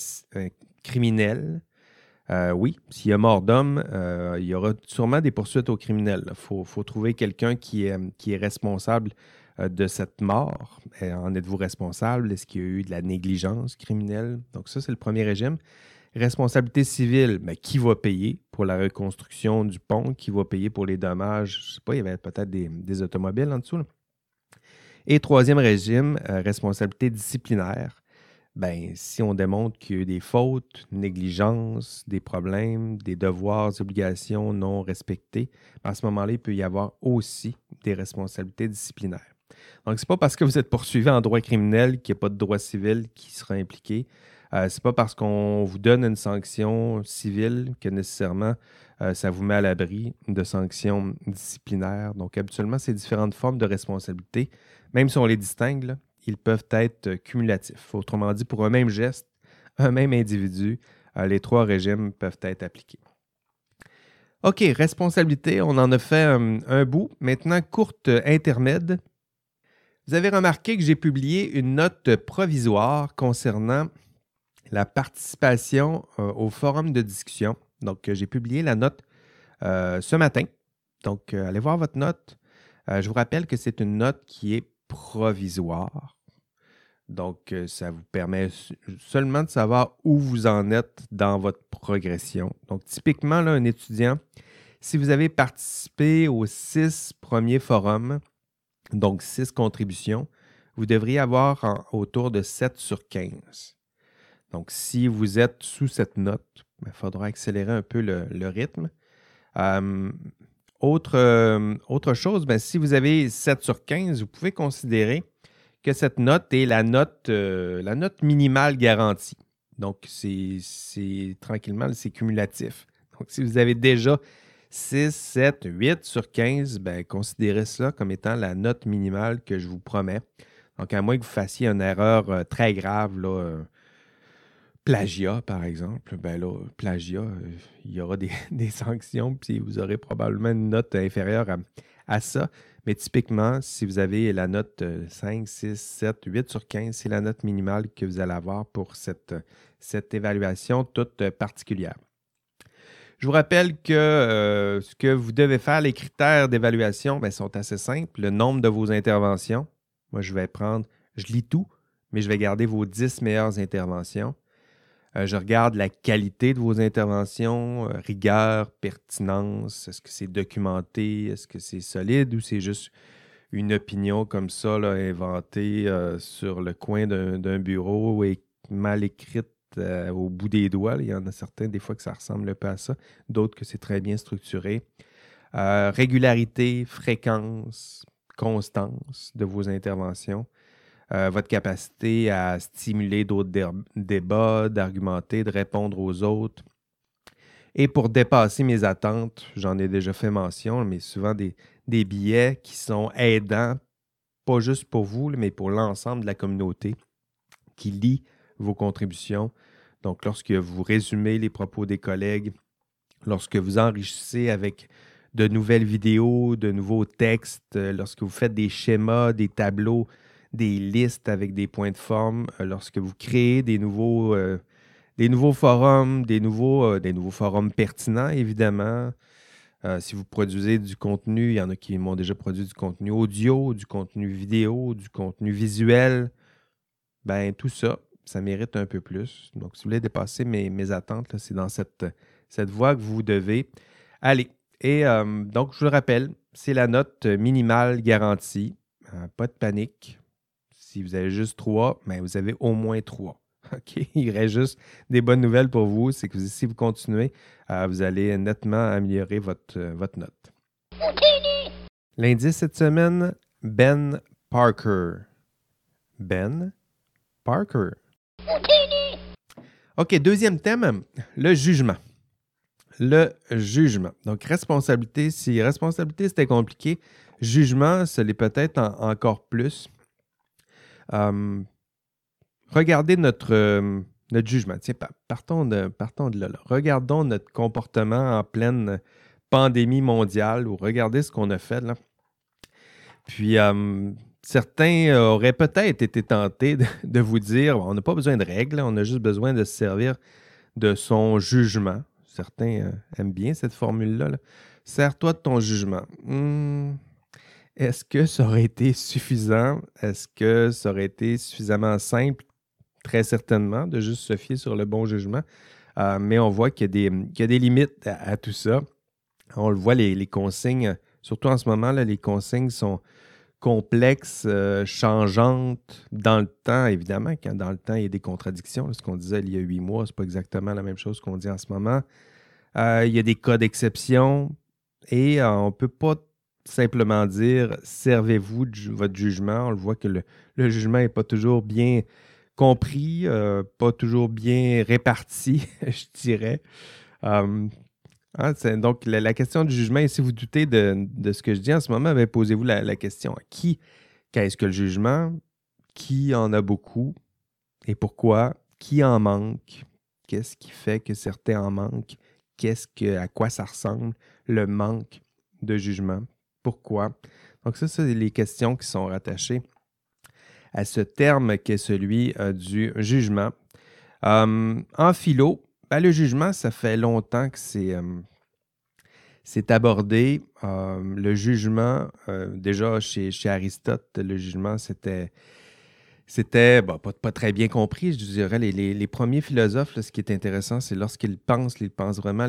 criminelle, oui, s'il y a mort d'homme, il y aura sûrement des poursuites aux criminels. Il faut trouver quelqu'un qui est responsable de cette mort. En êtes-vous responsable? Est-ce qu'il y a eu de la négligence criminelle? Donc ça, c'est le premier régime. Responsabilité civile, mais qui va payer pour la reconstruction du pont? Qui va payer pour les dommages? Je ne sais pas, il y avait peut-être des automobiles en dessous, là. Et troisième régime, responsabilité disciplinaire. Ben, si on démontre qu'il y a eu des fautes, négligences, des problèmes, des devoirs, des obligations non respectés, à ce moment-là, il peut y avoir aussi des responsabilités disciplinaires. Donc, ce n'est pas parce que vous êtes poursuivi en droit criminel qu'il n'y a pas de droit civil qui sera impliqué. Ce n'est pas parce qu'on vous donne une sanction civile que nécessairement ça vous met à l'abri de sanctions disciplinaires. Donc, habituellement, ces différentes formes de responsabilité, même si on les distingue, là, ils peuvent être cumulatifs. Autrement dit, pour un même geste, un même individu, les trois régimes peuvent être appliqués. OK, responsabilité, on en a fait un bout. Maintenant, courte intermède. Vous avez remarqué que j'ai publié une note provisoire concernant la participation au forum de discussion. Donc, j'ai publié la note ce matin. Donc, allez voir votre note. Je vous rappelle que c'est une note qui est provisoire. Donc, ça vous permet seulement de savoir où vous en êtes dans votre progression. Donc, typiquement, là, un étudiant, si vous avez participé aux 6 premiers forums, donc 6 contributions, vous devriez avoir autour de 7 sur 15. Donc, si vous êtes sous cette note, il faudra accélérer un peu le rythme. Autre chose, ben, si vous avez 7 sur 15, vous pouvez considérer que cette note est la note minimale garantie. Donc, tranquillement, c'est cumulatif. Donc, si vous avez déjà 6, 7, 8 sur 15, ben, considérez cela comme étant la note minimale que je vous promets. Donc, à moins que vous fassiez une erreur très grave, là, plagiat, par exemple, ben là, plagiat, il y aura des sanctions, puis vous aurez probablement une note inférieure à ça. Mais typiquement, si vous avez la note 5, 6, 7, 8 sur 15, c'est la note minimale que vous allez avoir pour cette évaluation toute particulière. Je vous rappelle que ce que vous devez faire, les critères d'évaluation, ben, sont assez simples. Le nombre de vos interventions. Moi, je lis tout, mais je vais garder vos 10 meilleures interventions. Je regarde la qualité de vos interventions, rigueur, pertinence, est-ce que c'est documenté, est-ce que c'est solide ou c'est juste une opinion comme ça, là, inventée sur le coin d'un bureau et mal écrite au bout des doigts. Là. Il y en a certains, des fois, que ça ressemble un peu à ça, d'autres que c'est très bien structuré. Régularité, fréquence, constance de vos interventions. Votre capacité à stimuler d'autres débats, d'argumenter, de répondre aux autres. Et pour dépasser mes attentes, j'en ai déjà fait mention, mais souvent des billets qui sont aidants, pas juste pour vous, mais pour l'ensemble de la communauté qui lit vos contributions. Donc, lorsque vous résumez les propos des collègues, lorsque vous enrichissez avec de nouvelles vidéos, de nouveaux textes, lorsque vous faites des schémas, des tableaux, des listes avec des points de forme, lorsque vous créez des nouveaux forums, des nouveaux forums pertinents, évidemment. Si vous produisez du contenu, il y en a qui m'ont déjà produit du contenu audio, du contenu vidéo, du contenu visuel. Ben tout ça, ça mérite un peu plus. Donc, si vous voulez dépasser mes attentes, là, c'est dans cette voie que vous devez aller. Et donc, je vous le rappelle, c'est la note minimale garantie. Pas de panique. Si vous avez juste 3, ben vous avez au moins 3. OK? Il reste juste des bonnes nouvelles pour vous. C'est que si vous continuez, vous allez nettement améliorer votre note. L'indice cette semaine, Ben Parker. Ben Parker. OK, deuxième thème, le jugement. Le jugement. Donc, responsabilité, si responsabilité, c'était compliqué, jugement, ce l'est peut-être encore plus. Regardez notre jugement. Tiens, partons de là. Regardons notre comportement en pleine pandémie mondiale ou regardez ce qu'on a fait là. Puis, certains auraient peut-être été tentés de vous dire on n'a pas besoin de règles, on a juste besoin de se servir de son jugement. Certains aiment bien cette formule-là. Là. Sers-toi de ton jugement. Est-ce que ça aurait été suffisant? Est-ce que ça aurait été suffisamment simple? Très certainement, de juste se fier sur le bon jugement. Mais on voit qu'il y a des limites à tout ça. On le voit, les consignes, surtout en ce moment, là, les consignes sont complexes, changeantes dans le temps, évidemment. Quand dans le temps, il y a des contradictions. Là, ce qu'on disait il y a 8 mois, ce n'est pas exactement la même chose qu'on dit en ce moment. Il y a des cas d'exception et on ne peut pas simplement dire « servez-vous de votre jugement ». On le voit que le jugement n'est pas toujours bien compris, pas toujours bien réparti, je dirais. Donc, la question du jugement, et si vous doutez de ce que je dis en ce moment, ben, posez-vous la question. Qu'est-ce que le jugement? Qui en a beaucoup? Et pourquoi? Qui en manque? Qu'est-ce qui fait que certains en manquent? À quoi ça ressemble? Le manque de jugement. Pourquoi? Donc, ça, c'est les questions qui sont rattachées à ce terme qui est celui du jugement. En philo, ben, le jugement, ça fait longtemps que c'est abordé. Le jugement, déjà chez Aristote, le jugement, c'était pas très bien compris. Je dirais, les premiers philosophes, là, ce qui est intéressant, c'est lorsqu'ils pensent vraiment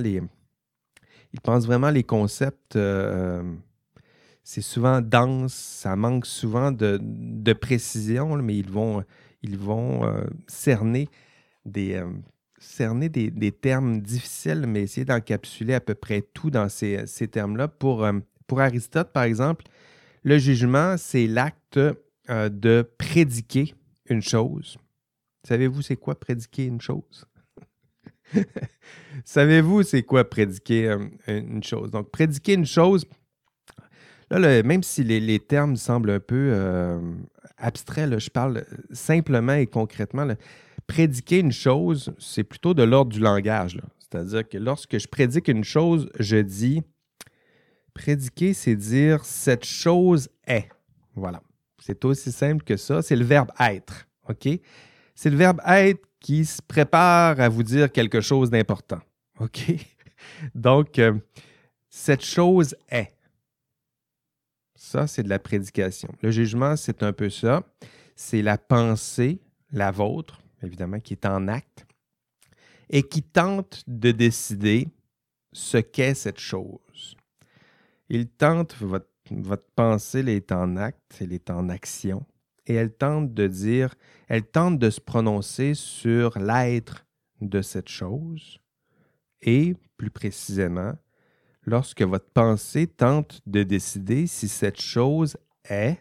les concepts. C'est souvent dense, ça manque souvent de précision, là, mais ils vont cerner des cerner des termes difficiles, mais essayer d'encapsuler à peu près tout dans ces termes-là. Pour Aristote, par exemple, le jugement, c'est l'acte de prédiquer une chose. Savez-vous c'est quoi prédiquer une chose? Savez-vous c'est quoi prédiquer une chose? Donc, prédiquer une chose, là, même si les termes semblent un peu abstraits, là, je parle simplement et concrètement. Là, prédiquer une chose, c'est plutôt de l'ordre du langage, là. C'est-à-dire que lorsque je prédique une chose, je dis prédiquer, c'est dire cette chose est. Voilà. C'est aussi simple que ça. C'est le verbe être. OK? C'est le verbe être qui se prépare à vous dire quelque chose d'important. OK? Donc, cette chose est. Ça, c'est de la prédication. Le jugement, c'est un peu ça. C'est la pensée, la vôtre, évidemment, qui est en acte, et qui tente de décider ce qu'est cette chose. Il tente, votre pensée, elle est en acte, elle est en action, et elle tente de se prononcer sur l'être de cette chose, et plus précisément, lorsque votre pensée tente de décider si cette chose est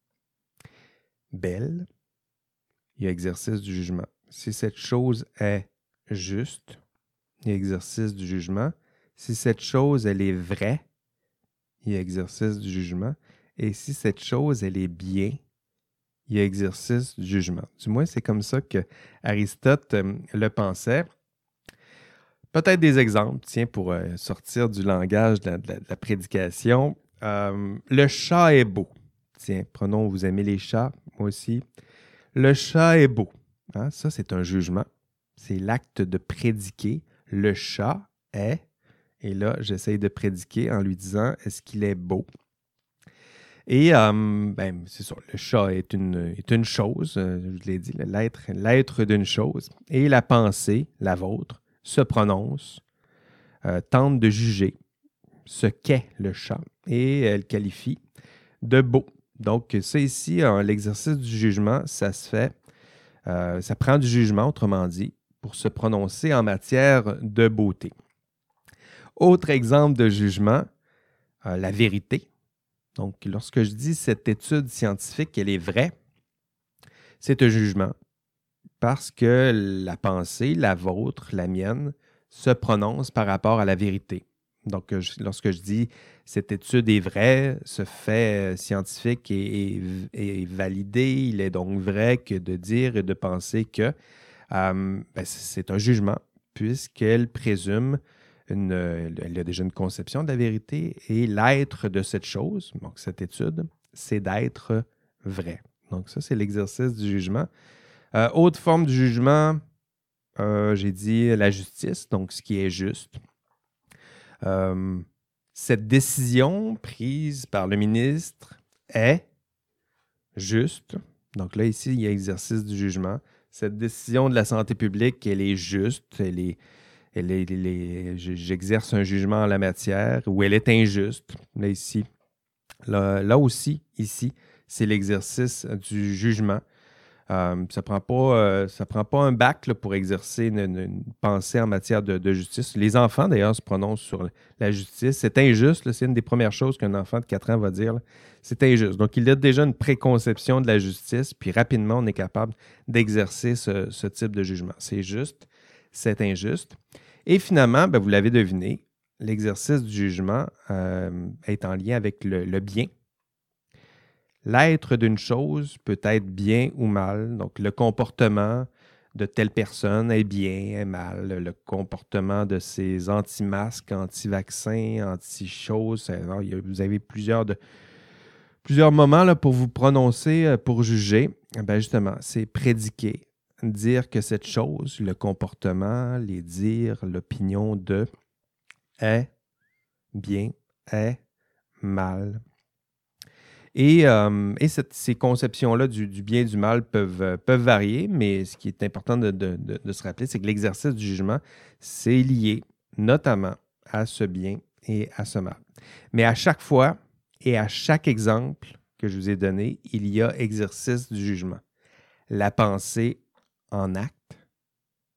belle, il y a exercice du jugement. Si cette chose est juste, il y a exercice du jugement. Si cette chose, elle est vraie, il y a exercice du jugement. Et si cette chose, elle est bien, il y a exercice du jugement. Du moins, c'est comme ça que Aristote le pensait. Peut-être des exemples, tiens, pour sortir du langage de la prédication. Le chat est beau. Tiens, prenons, vous aimez les chats, moi aussi. Le chat est beau. Hein? Ça, c'est un jugement. C'est l'acte de prédiquer. Le chat est. Et là, j'essaye de prédiquer en lui disant, est-ce qu'il est beau? Et c'est ça, le chat est une chose, je l'ai dit, l'être d'une chose. Et la pensée, la vôtre, se prononce, tente de juger ce qu'est le chat et elle qualifie de beau. Donc, ça ici, l'exercice du jugement, ça se fait, ça prend du jugement, autrement dit, pour se prononcer en matière de beauté. Autre exemple de jugement, la vérité. Donc, lorsque je dis cette étude scientifique, elle est vraie, c'est un jugement parce que la pensée, la vôtre, la mienne, se prononce par rapport à la vérité. Donc, lorsque je dis cette étude est vraie, ce fait scientifique est validé, il est donc vrai que de dire et de penser que c'est un jugement puisqu'elle présume elle a déjà une conception de la vérité et l'être de cette chose, donc cette étude, c'est d'être vrai. Donc ça, c'est l'exercice du jugement. Autre forme du jugement, j'ai dit la justice, donc ce qui est juste. Cette décision prise par le ministre est juste. Donc là, ici, il y a exercice du jugement. Cette décision de la santé publique, elle est juste, j'exerce un jugement en la matière ou elle est injuste. Là, ici, là aussi, ici, c'est l'exercice du jugement. Ça ne prend pas un bac là, pour exercer une pensée en matière de justice. Les enfants, d'ailleurs, se prononcent sur la justice. C'est injuste, là, c'est une des premières choses qu'un enfant de 4 ans va dire. Là. C'est injuste. Donc, il a déjà une préconception de la justice, puis rapidement, on est capable d'exercer ce type de jugement. C'est juste, c'est injuste. Et finalement, vous l'avez deviné, l'exercice du jugement est en lien avec le bien. L'être d'une chose peut être bien ou mal. Donc, le comportement de telle personne est bien, est mal. Le comportement de ces anti-masques, anti-vaccins, anti-choses. Vous avez plusieurs moments là, pour vous prononcer, pour juger. Justement, c'est prédiquer. Dire que cette chose, le comportement, les dires, l'opinion de est bien, est mal. Et ces conceptions-là du bien et du mal peuvent varier, mais ce qui est important de se rappeler, c'est que l'exercice du jugement, c'est lié notamment à ce bien et à ce mal. Mais à chaque fois et à chaque exemple que je vous ai donné, il y a exercice du jugement. La pensée en acte,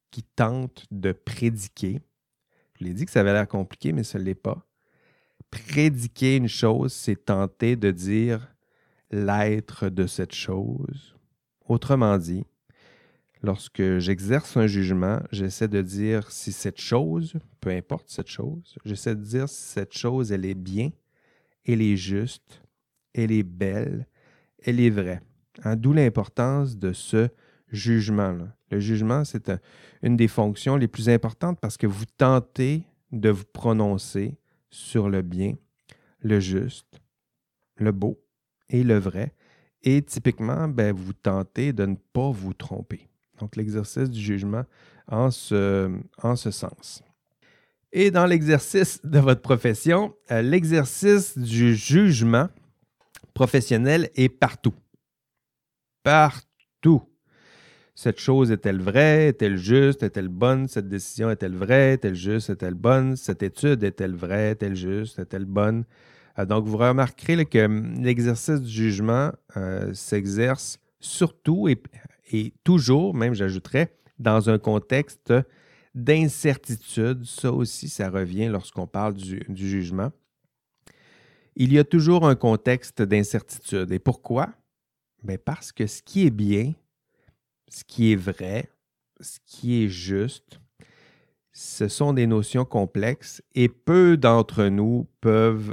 qui tente de prédiquer. Je l'ai dit que ça avait l'air compliqué, mais ce ne l'est pas. Prédiquer une chose, c'est tenter de dire l'être de cette chose. Autrement dit, lorsque j'exerce un jugement, j'essaie de dire si cette chose, peu importe cette chose, j'essaie de dire si cette chose, elle est bien, elle est juste, elle est belle, elle est vraie. Hein, d'où l'importance de ce jugement-là. Le jugement, c'est une des fonctions les plus importantes parce que vous tentez de vous prononcer sur le bien, le juste, le beau et le vrai. Et typiquement, vous tentez de ne pas vous tromper. Donc, l'exercice du jugement en ce sens. Et dans l'exercice de votre profession, l'exercice du jugement professionnel est partout. Partout. Cette chose est-elle vraie? Est-elle juste? Est-elle bonne? Cette décision est-elle vraie? Est-elle juste? Est-elle bonne? Cette étude est-elle vraie? Est-elle juste? Est-elle bonne? Donc, vous remarquerez là, que l'exercice du jugement s'exerce surtout et toujours, même j'ajouterais, dans un contexte d'incertitude. Ça aussi, ça revient lorsqu'on parle du jugement. Il y a toujours un contexte d'incertitude. Et pourquoi? Parce que ce qui est bien, ce qui est vrai, ce qui est juste, ce sont des notions complexes et peu d'entre nous peuvent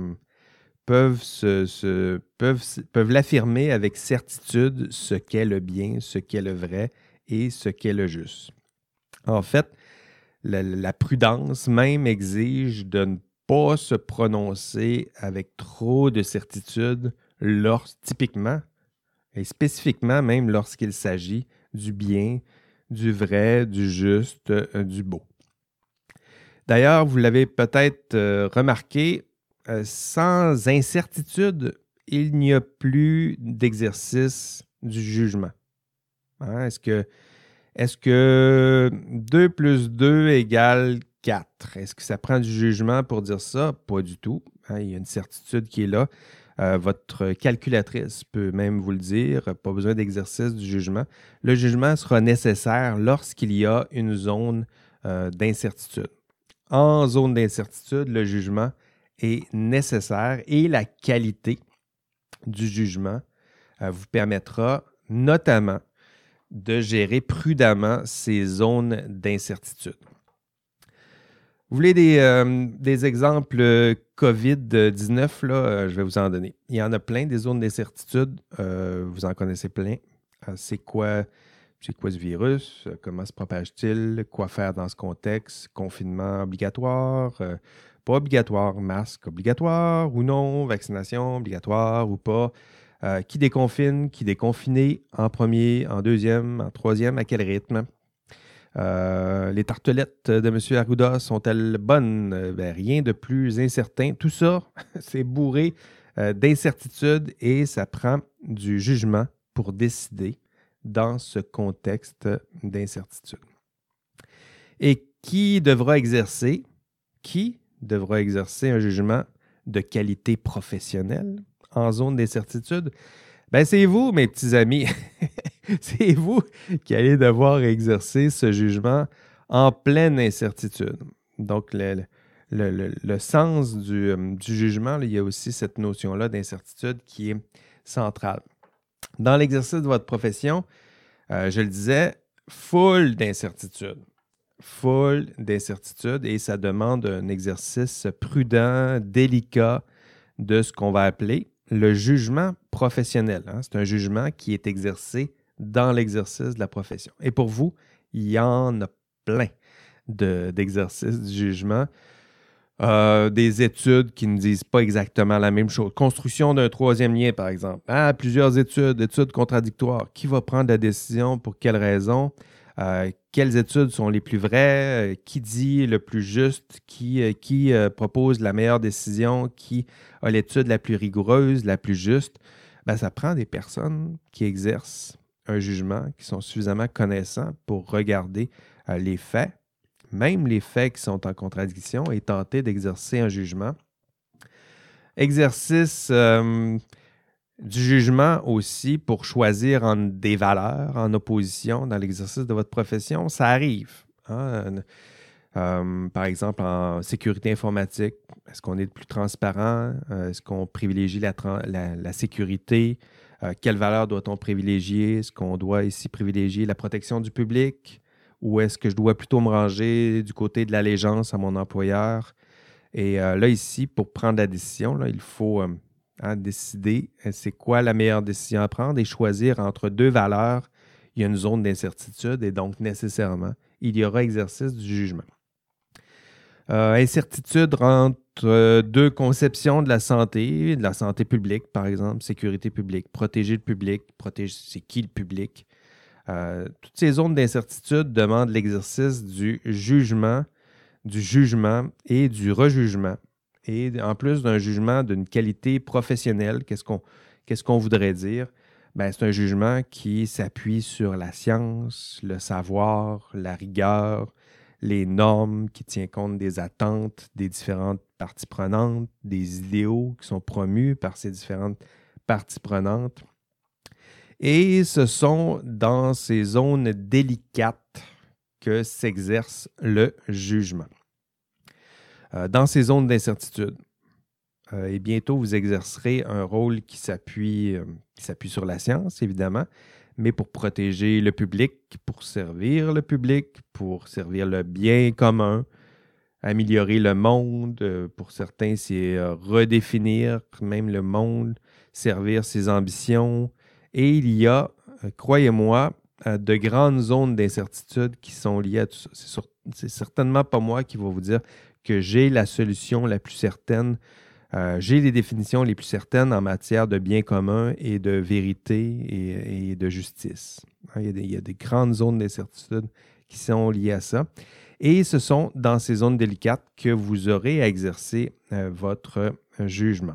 l'affirmer avec certitude ce qu'est le bien, ce qu'est le vrai et ce qu'est le juste. En fait, la prudence même exige de ne pas se prononcer avec trop de certitude typiquement et spécifiquement même lorsqu'il s'agit du bien, du vrai, du juste, du beau. D'ailleurs, vous l'avez peut-être remarqué, sans incertitude, il n'y a plus d'exercice du jugement. Hein? Est-ce que 2 plus 2 égale 4? Est-ce que ça prend du jugement pour dire ça? Pas du tout. Hein? Il y a une certitude qui est là. Votre calculatrice peut même vous le dire, pas besoin d'exercice du jugement. Le jugement sera nécessaire lorsqu'il y a une zone d'incertitude. En zone d'incertitude, le jugement est nécessaire et la qualité du jugement vous permettra notamment de gérer prudemment ces zones d'incertitude. Vous voulez des exemples COVID-19, là, je vais vous en donner. Il y en a plein, des zones d'incertitude. Vous en connaissez plein. C'est quoi ce virus? Comment se propage-t-il? Quoi faire dans ce contexte? Confinement obligatoire? Pas obligatoire? Masque obligatoire ou non? Vaccination obligatoire ou pas? Qui déconfine? Qui déconfiné? En premier, en deuxième, en troisième? À quel rythme? Les tartelettes de M. Arruda sont-elles bonnes? Rien de plus incertain. Tout ça, c'est bourré d'incertitude et ça prend du jugement pour décider dans ce contexte d'incertitude. Et qui devra exercer un jugement de qualité professionnelle en zone d'incertitude? C'est vous, mes petits amis. C'est vous qui allez devoir exercer ce jugement en pleine incertitude. Donc, le sens du jugement, là, il y a aussi cette notion-là d'incertitude qui est centrale. Dans l'exercice de votre profession, je le disais, full d'incertitude. Full d'incertitude et ça demande un exercice prudent, délicat de ce qu'on va appeler le jugement professionnel. Hein? C'est un jugement qui est exercé dans l'exercice de la profession. Et pour vous, il y en a plein d'exercices du jugement. Des études qui ne disent pas exactement la même chose. Construction d'un troisième lien, par exemple. Plusieurs études contradictoires. Qui va prendre la décision? Pour quelles raisons? Quelles études sont les plus vraies? Qui dit le plus juste? Qui propose la meilleure décision? Qui a l'étude la plus rigoureuse, la plus juste? Ça prend des personnes qui exercent un jugement, qui sont suffisamment connaissants pour regarder les faits, même les faits qui sont en contradiction, et tenter d'exercer un jugement. Exercice Du jugement aussi pour choisir entre des valeurs en opposition dans l'exercice de votre profession, ça arrive. Hein? Par exemple, en sécurité informatique, est-ce qu'on est plus transparent? Est-ce qu'on privilégie la sécurité? Quelle valeur doit-on privilégier? Est-ce qu'on doit ici privilégier la protection du public? Ou est-ce que je dois plutôt me ranger du côté de l'allégeance à mon employeur? Et là, ici, pour prendre la décision, là, il faut décider c'est quoi la meilleure décision à prendre et choisir entre deux valeurs. Il y a une zone d'incertitude et donc nécessairement, il y aura exercice du jugement. Incertitude entre deux conceptions de la santé publique, par exemple, sécurité publique, protéger le public, c'est qui le public? Toutes ces zones d'incertitude demandent l'exercice du jugement et du rejugement. Et en plus d'un jugement d'une qualité professionnelle, qu'est-ce qu'on voudrait dire? Ben, c'est un jugement qui s'appuie sur la science, le savoir, la rigueur, les normes, qui tient compte des attentes des différentes parties prenantes, des idéaux qui sont promus par ces différentes parties prenantes. Et ce sont dans ces zones délicates que s'exerce le jugement. Dans ces zones d'incertitude, et bientôt vous exercerez un rôle qui s'appuie sur la science, évidemment, mais pour protéger le public, pour servir le public, pour servir le bien commun, améliorer le monde. Pour certains, c'est redéfinir même le monde, servir ses ambitions. Et il y a, croyez-moi, de grandes zones d'incertitude qui sont liées à tout ça. C'est certainement pas moi qui vais vous dire que j'ai la solution la plus certaine. J'ai les définitions les plus certaines en matière de bien commun et de vérité et de justice. Il y a des grandes zones d'incertitude qui sont liées à ça. Et ce sont dans ces zones délicates que vous aurez à exercer votre jugement.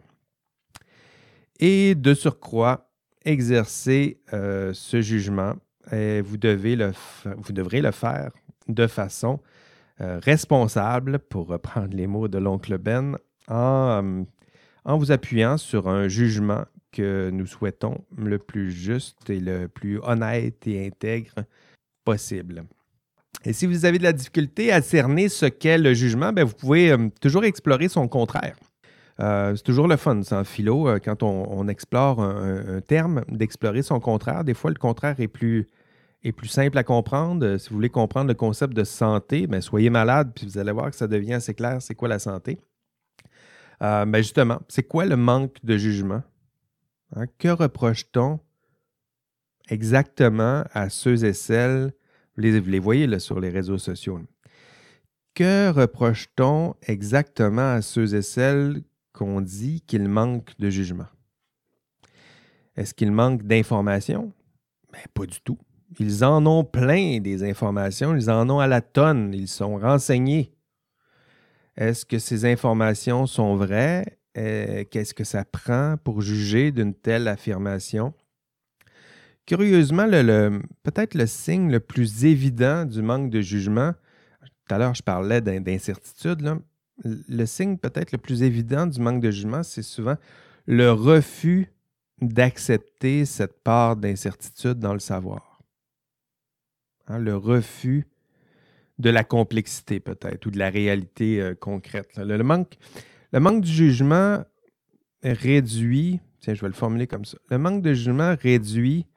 Et de surcroît, exercer ce jugement, vous devrez le faire de façon responsable, pour reprendre les mots de l'oncle Ben, en vous appuyant sur un jugement que nous souhaitons le plus juste et le plus honnête et intègre possible. Et si vous avez de la difficulté à cerner ce qu'est le jugement, bien, vous pouvez toujours explorer son contraire. C'est toujours le fun, c'est en philo, quand on explore un terme, d'explorer son contraire. Des fois, le contraire est plus simple à comprendre. Si vous voulez comprendre le concept de santé, bien, soyez malade, puis vous allez voir que ça devient assez clair, c'est quoi la santé. Ben justement, c'est quoi le manque de jugement? Hein? Que reproche-t-on exactement à ceux et celles, vous les voyez là, sur les réseaux sociaux, là. Que reproche-t-on exactement à ceux et celles qu'on dit qu'ils manquent de jugement? Est-ce qu'ils manquent d'informations? Ben, pas du tout. Ils en ont plein des informations, ils en ont à la tonne, ils sont renseignés. Est-ce que ces informations sont vraies? Qu'est-ce que ça prend pour juger d'une telle affirmation? Curieusement, peut-être le signe le plus évident du manque de jugement, tout à l'heure je parlais d'incertitude, là. Le signe peut-être le plus évident du manque de jugement, c'est souvent le refus d'accepter cette part d'incertitude dans le savoir. Hein, le refus de la complexité peut-être ou de la réalité concrète. Le manque du jugement réduit, tiens, je vais le formuler comme ça. Le manque de jugement réduit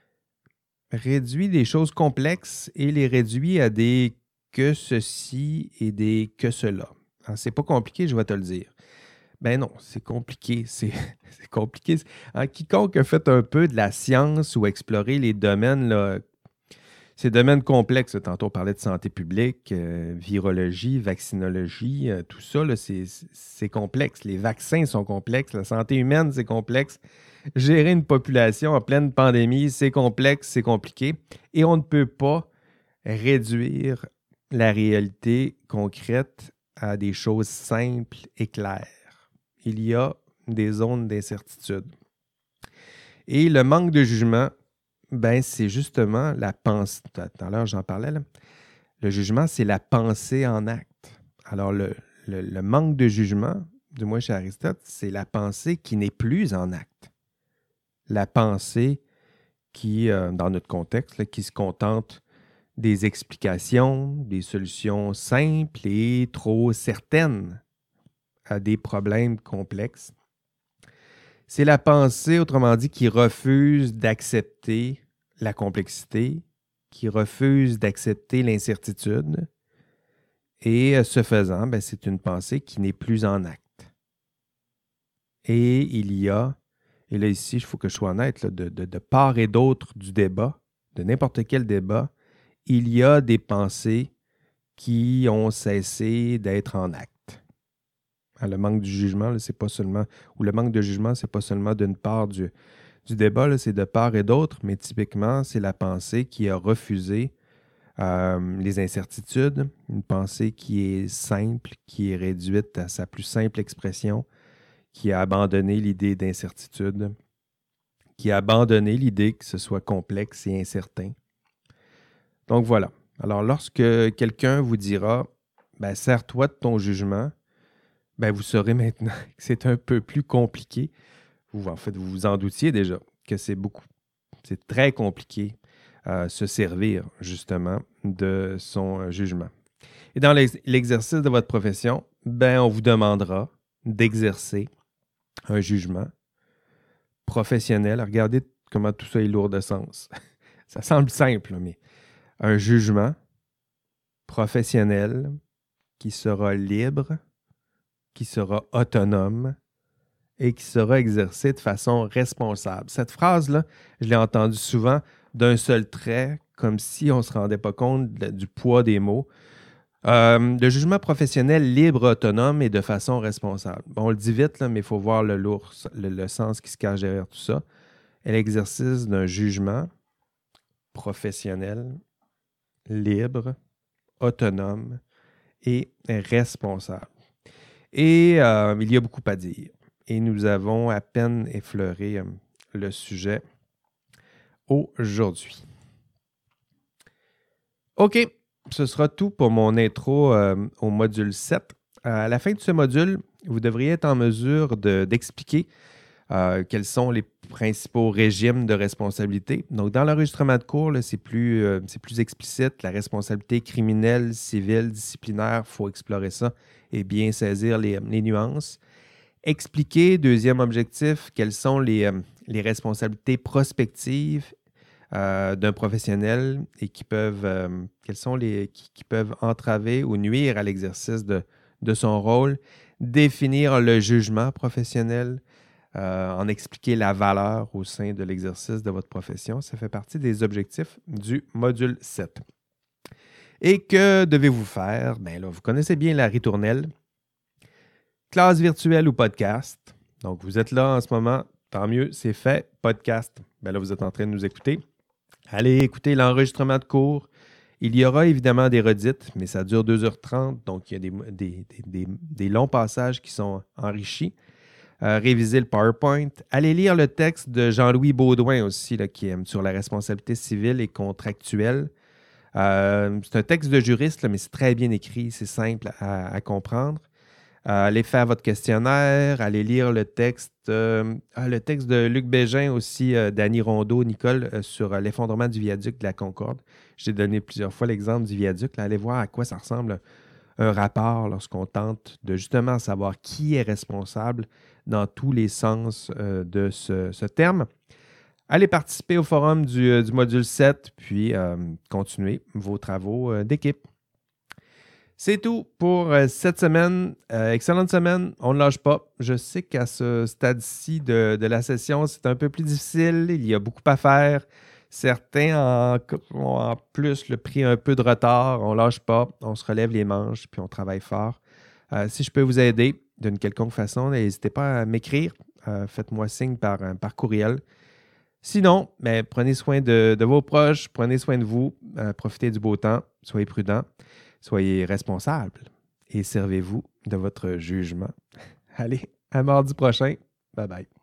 des choses complexes et les réduit à des que ceci et des que cela. Alors, c'est pas compliqué, je vais te le dire. Ben non, c'est compliqué. C'est compliqué. Alors, quiconque a fait un peu de la science ou exploré les domaines, là, ces domaines complexes, tantôt on parlait de santé publique, virologie, vaccinologie, tout ça, là, c'est complexe. Les vaccins sont complexes, la santé humaine, c'est complexe. Gérer une population en pleine pandémie, c'est complexe, c'est compliqué. Et on ne peut pas réduire la réalité concrète à des choses simples et claires. Il y a des zones d'incertitude. Et le manque de jugement, ben, c'est justement la pensée. Tout à l'heure, j'en parlais, là. Le jugement, c'est la pensée en acte. Alors, le manque de jugement, du moins chez Aristote, c'est la pensée qui n'est plus en acte. la pensée qui, dans notre contexte, là, qui se contente des explications, des solutions simples et trop certaines à des problèmes complexes. C'est la pensée, autrement dit, qui refuse d'accepter la complexité, qui refuse d'accepter l'incertitude. Et ce faisant, c'est une pensée qui n'est plus en acte. Et il y a, et là ici, il faut que je sois honnête, là, de part et d'autre du débat, de n'importe quel débat, il y a des pensées qui ont cessé d'être en acte. Le manque du jugement, là, c'est pas seulement, ou le manque de jugement, c'est pas seulement d'une part du débat, là, c'est de part et d'autre, mais typiquement, c'est la pensée qui a refusé les incertitudes, une pensée qui est simple, qui est réduite à sa plus simple expression, qui a abandonné l'idée d'incertitude, qui a abandonné l'idée que ce soit complexe et incertain. Donc voilà. Alors lorsque quelqu'un vous dira « sers-toi de ton jugement », vous saurez maintenant que c'est un peu plus compliqué. En fait, vous vous en doutiez déjà que c'est très compliqué se servir justement de son jugement. Et dans l'exercice de votre profession, on vous demandera d'exercer un jugement professionnel. Regardez comment tout ça est lourd de sens. Ça semble simple, mais un jugement professionnel qui sera libre, qui sera autonome et qui sera exercé de façon responsable. Cette phrase-là, je l'ai entendue souvent d'un seul trait, comme si on ne se rendait pas compte du poids des mots. Le jugement professionnel libre, autonome et de façon responsable. Bon, on le dit vite, là, mais il faut voir le sens qui se cache derrière tout ça. Et l'exercice d'un jugement professionnel, libre, autonome et responsable. Et il y a beaucoup à dire. Et nous avons à peine effleuré le sujet aujourd'hui. OK, ce sera tout pour mon intro au module 7. À la fin de ce module, vous devriez être en mesure d'expliquer quels sont les principaux régimes de responsabilité. Donc, dans l'enregistrement de cours, là, c'est plus explicite. La responsabilité criminelle, civile, disciplinaire, il faut explorer ça et bien saisir les nuances. Expliquer, deuxième objectif, quelles sont les responsabilités prospectives d'un professionnel et qui peuvent entraver ou nuire à l'exercice de son rôle. Définir le jugement professionnel, en expliquer la valeur au sein de l'exercice de votre profession. Ça fait partie des objectifs du module 7. Et que devez-vous faire? Là, vous connaissez bien la ritournelle. Classe virtuelle ou podcast. Donc, vous êtes là en ce moment. Tant mieux, c'est fait. Podcast. Là, vous êtes en train de nous écouter. Allez écouter l'enregistrement de cours. Il y aura évidemment des redites, mais ça dure 2h30. Donc, il y a des longs passages qui sont enrichis. Réviser le PowerPoint. Allez lire le texte de Jean-Louis Baudouin aussi, là, qui est sur la responsabilité civile et contractuelle. C'est un texte de juriste, là, mais c'est très bien écrit, c'est simple à comprendre. Allez faire votre questionnaire, allez lire le texte de Luc Bégin aussi, d'Annie Rondeau, Nicole, sur l'effondrement du viaduc de la Concorde. J'ai donné plusieurs fois l'exemple du viaduc. Là, allez voir à quoi ça ressemble un rapport lorsqu'on tente de justement savoir qui est responsable dans tous les sens de ce terme. Allez participer au forum du module 7, puis continuez vos travaux d'équipe. C'est tout pour cette semaine. Excellente semaine. On ne lâche pas. Je sais qu'à ce stade-ci de la session, c'est un peu plus difficile. Il y a beaucoup à faire. Certains ont en plus pris un peu de retard. On ne lâche pas. On se relève les manches puis on travaille fort. Si je peux vous aider d'une quelconque façon, n'hésitez pas à m'écrire. Faites-moi signe par courriel. Sinon, prenez soin de vos proches. Prenez soin de vous. Profitez du beau temps. Soyez prudents. Soyez responsables et servez-vous de votre jugement. Allez, à mardi prochain. Bye bye.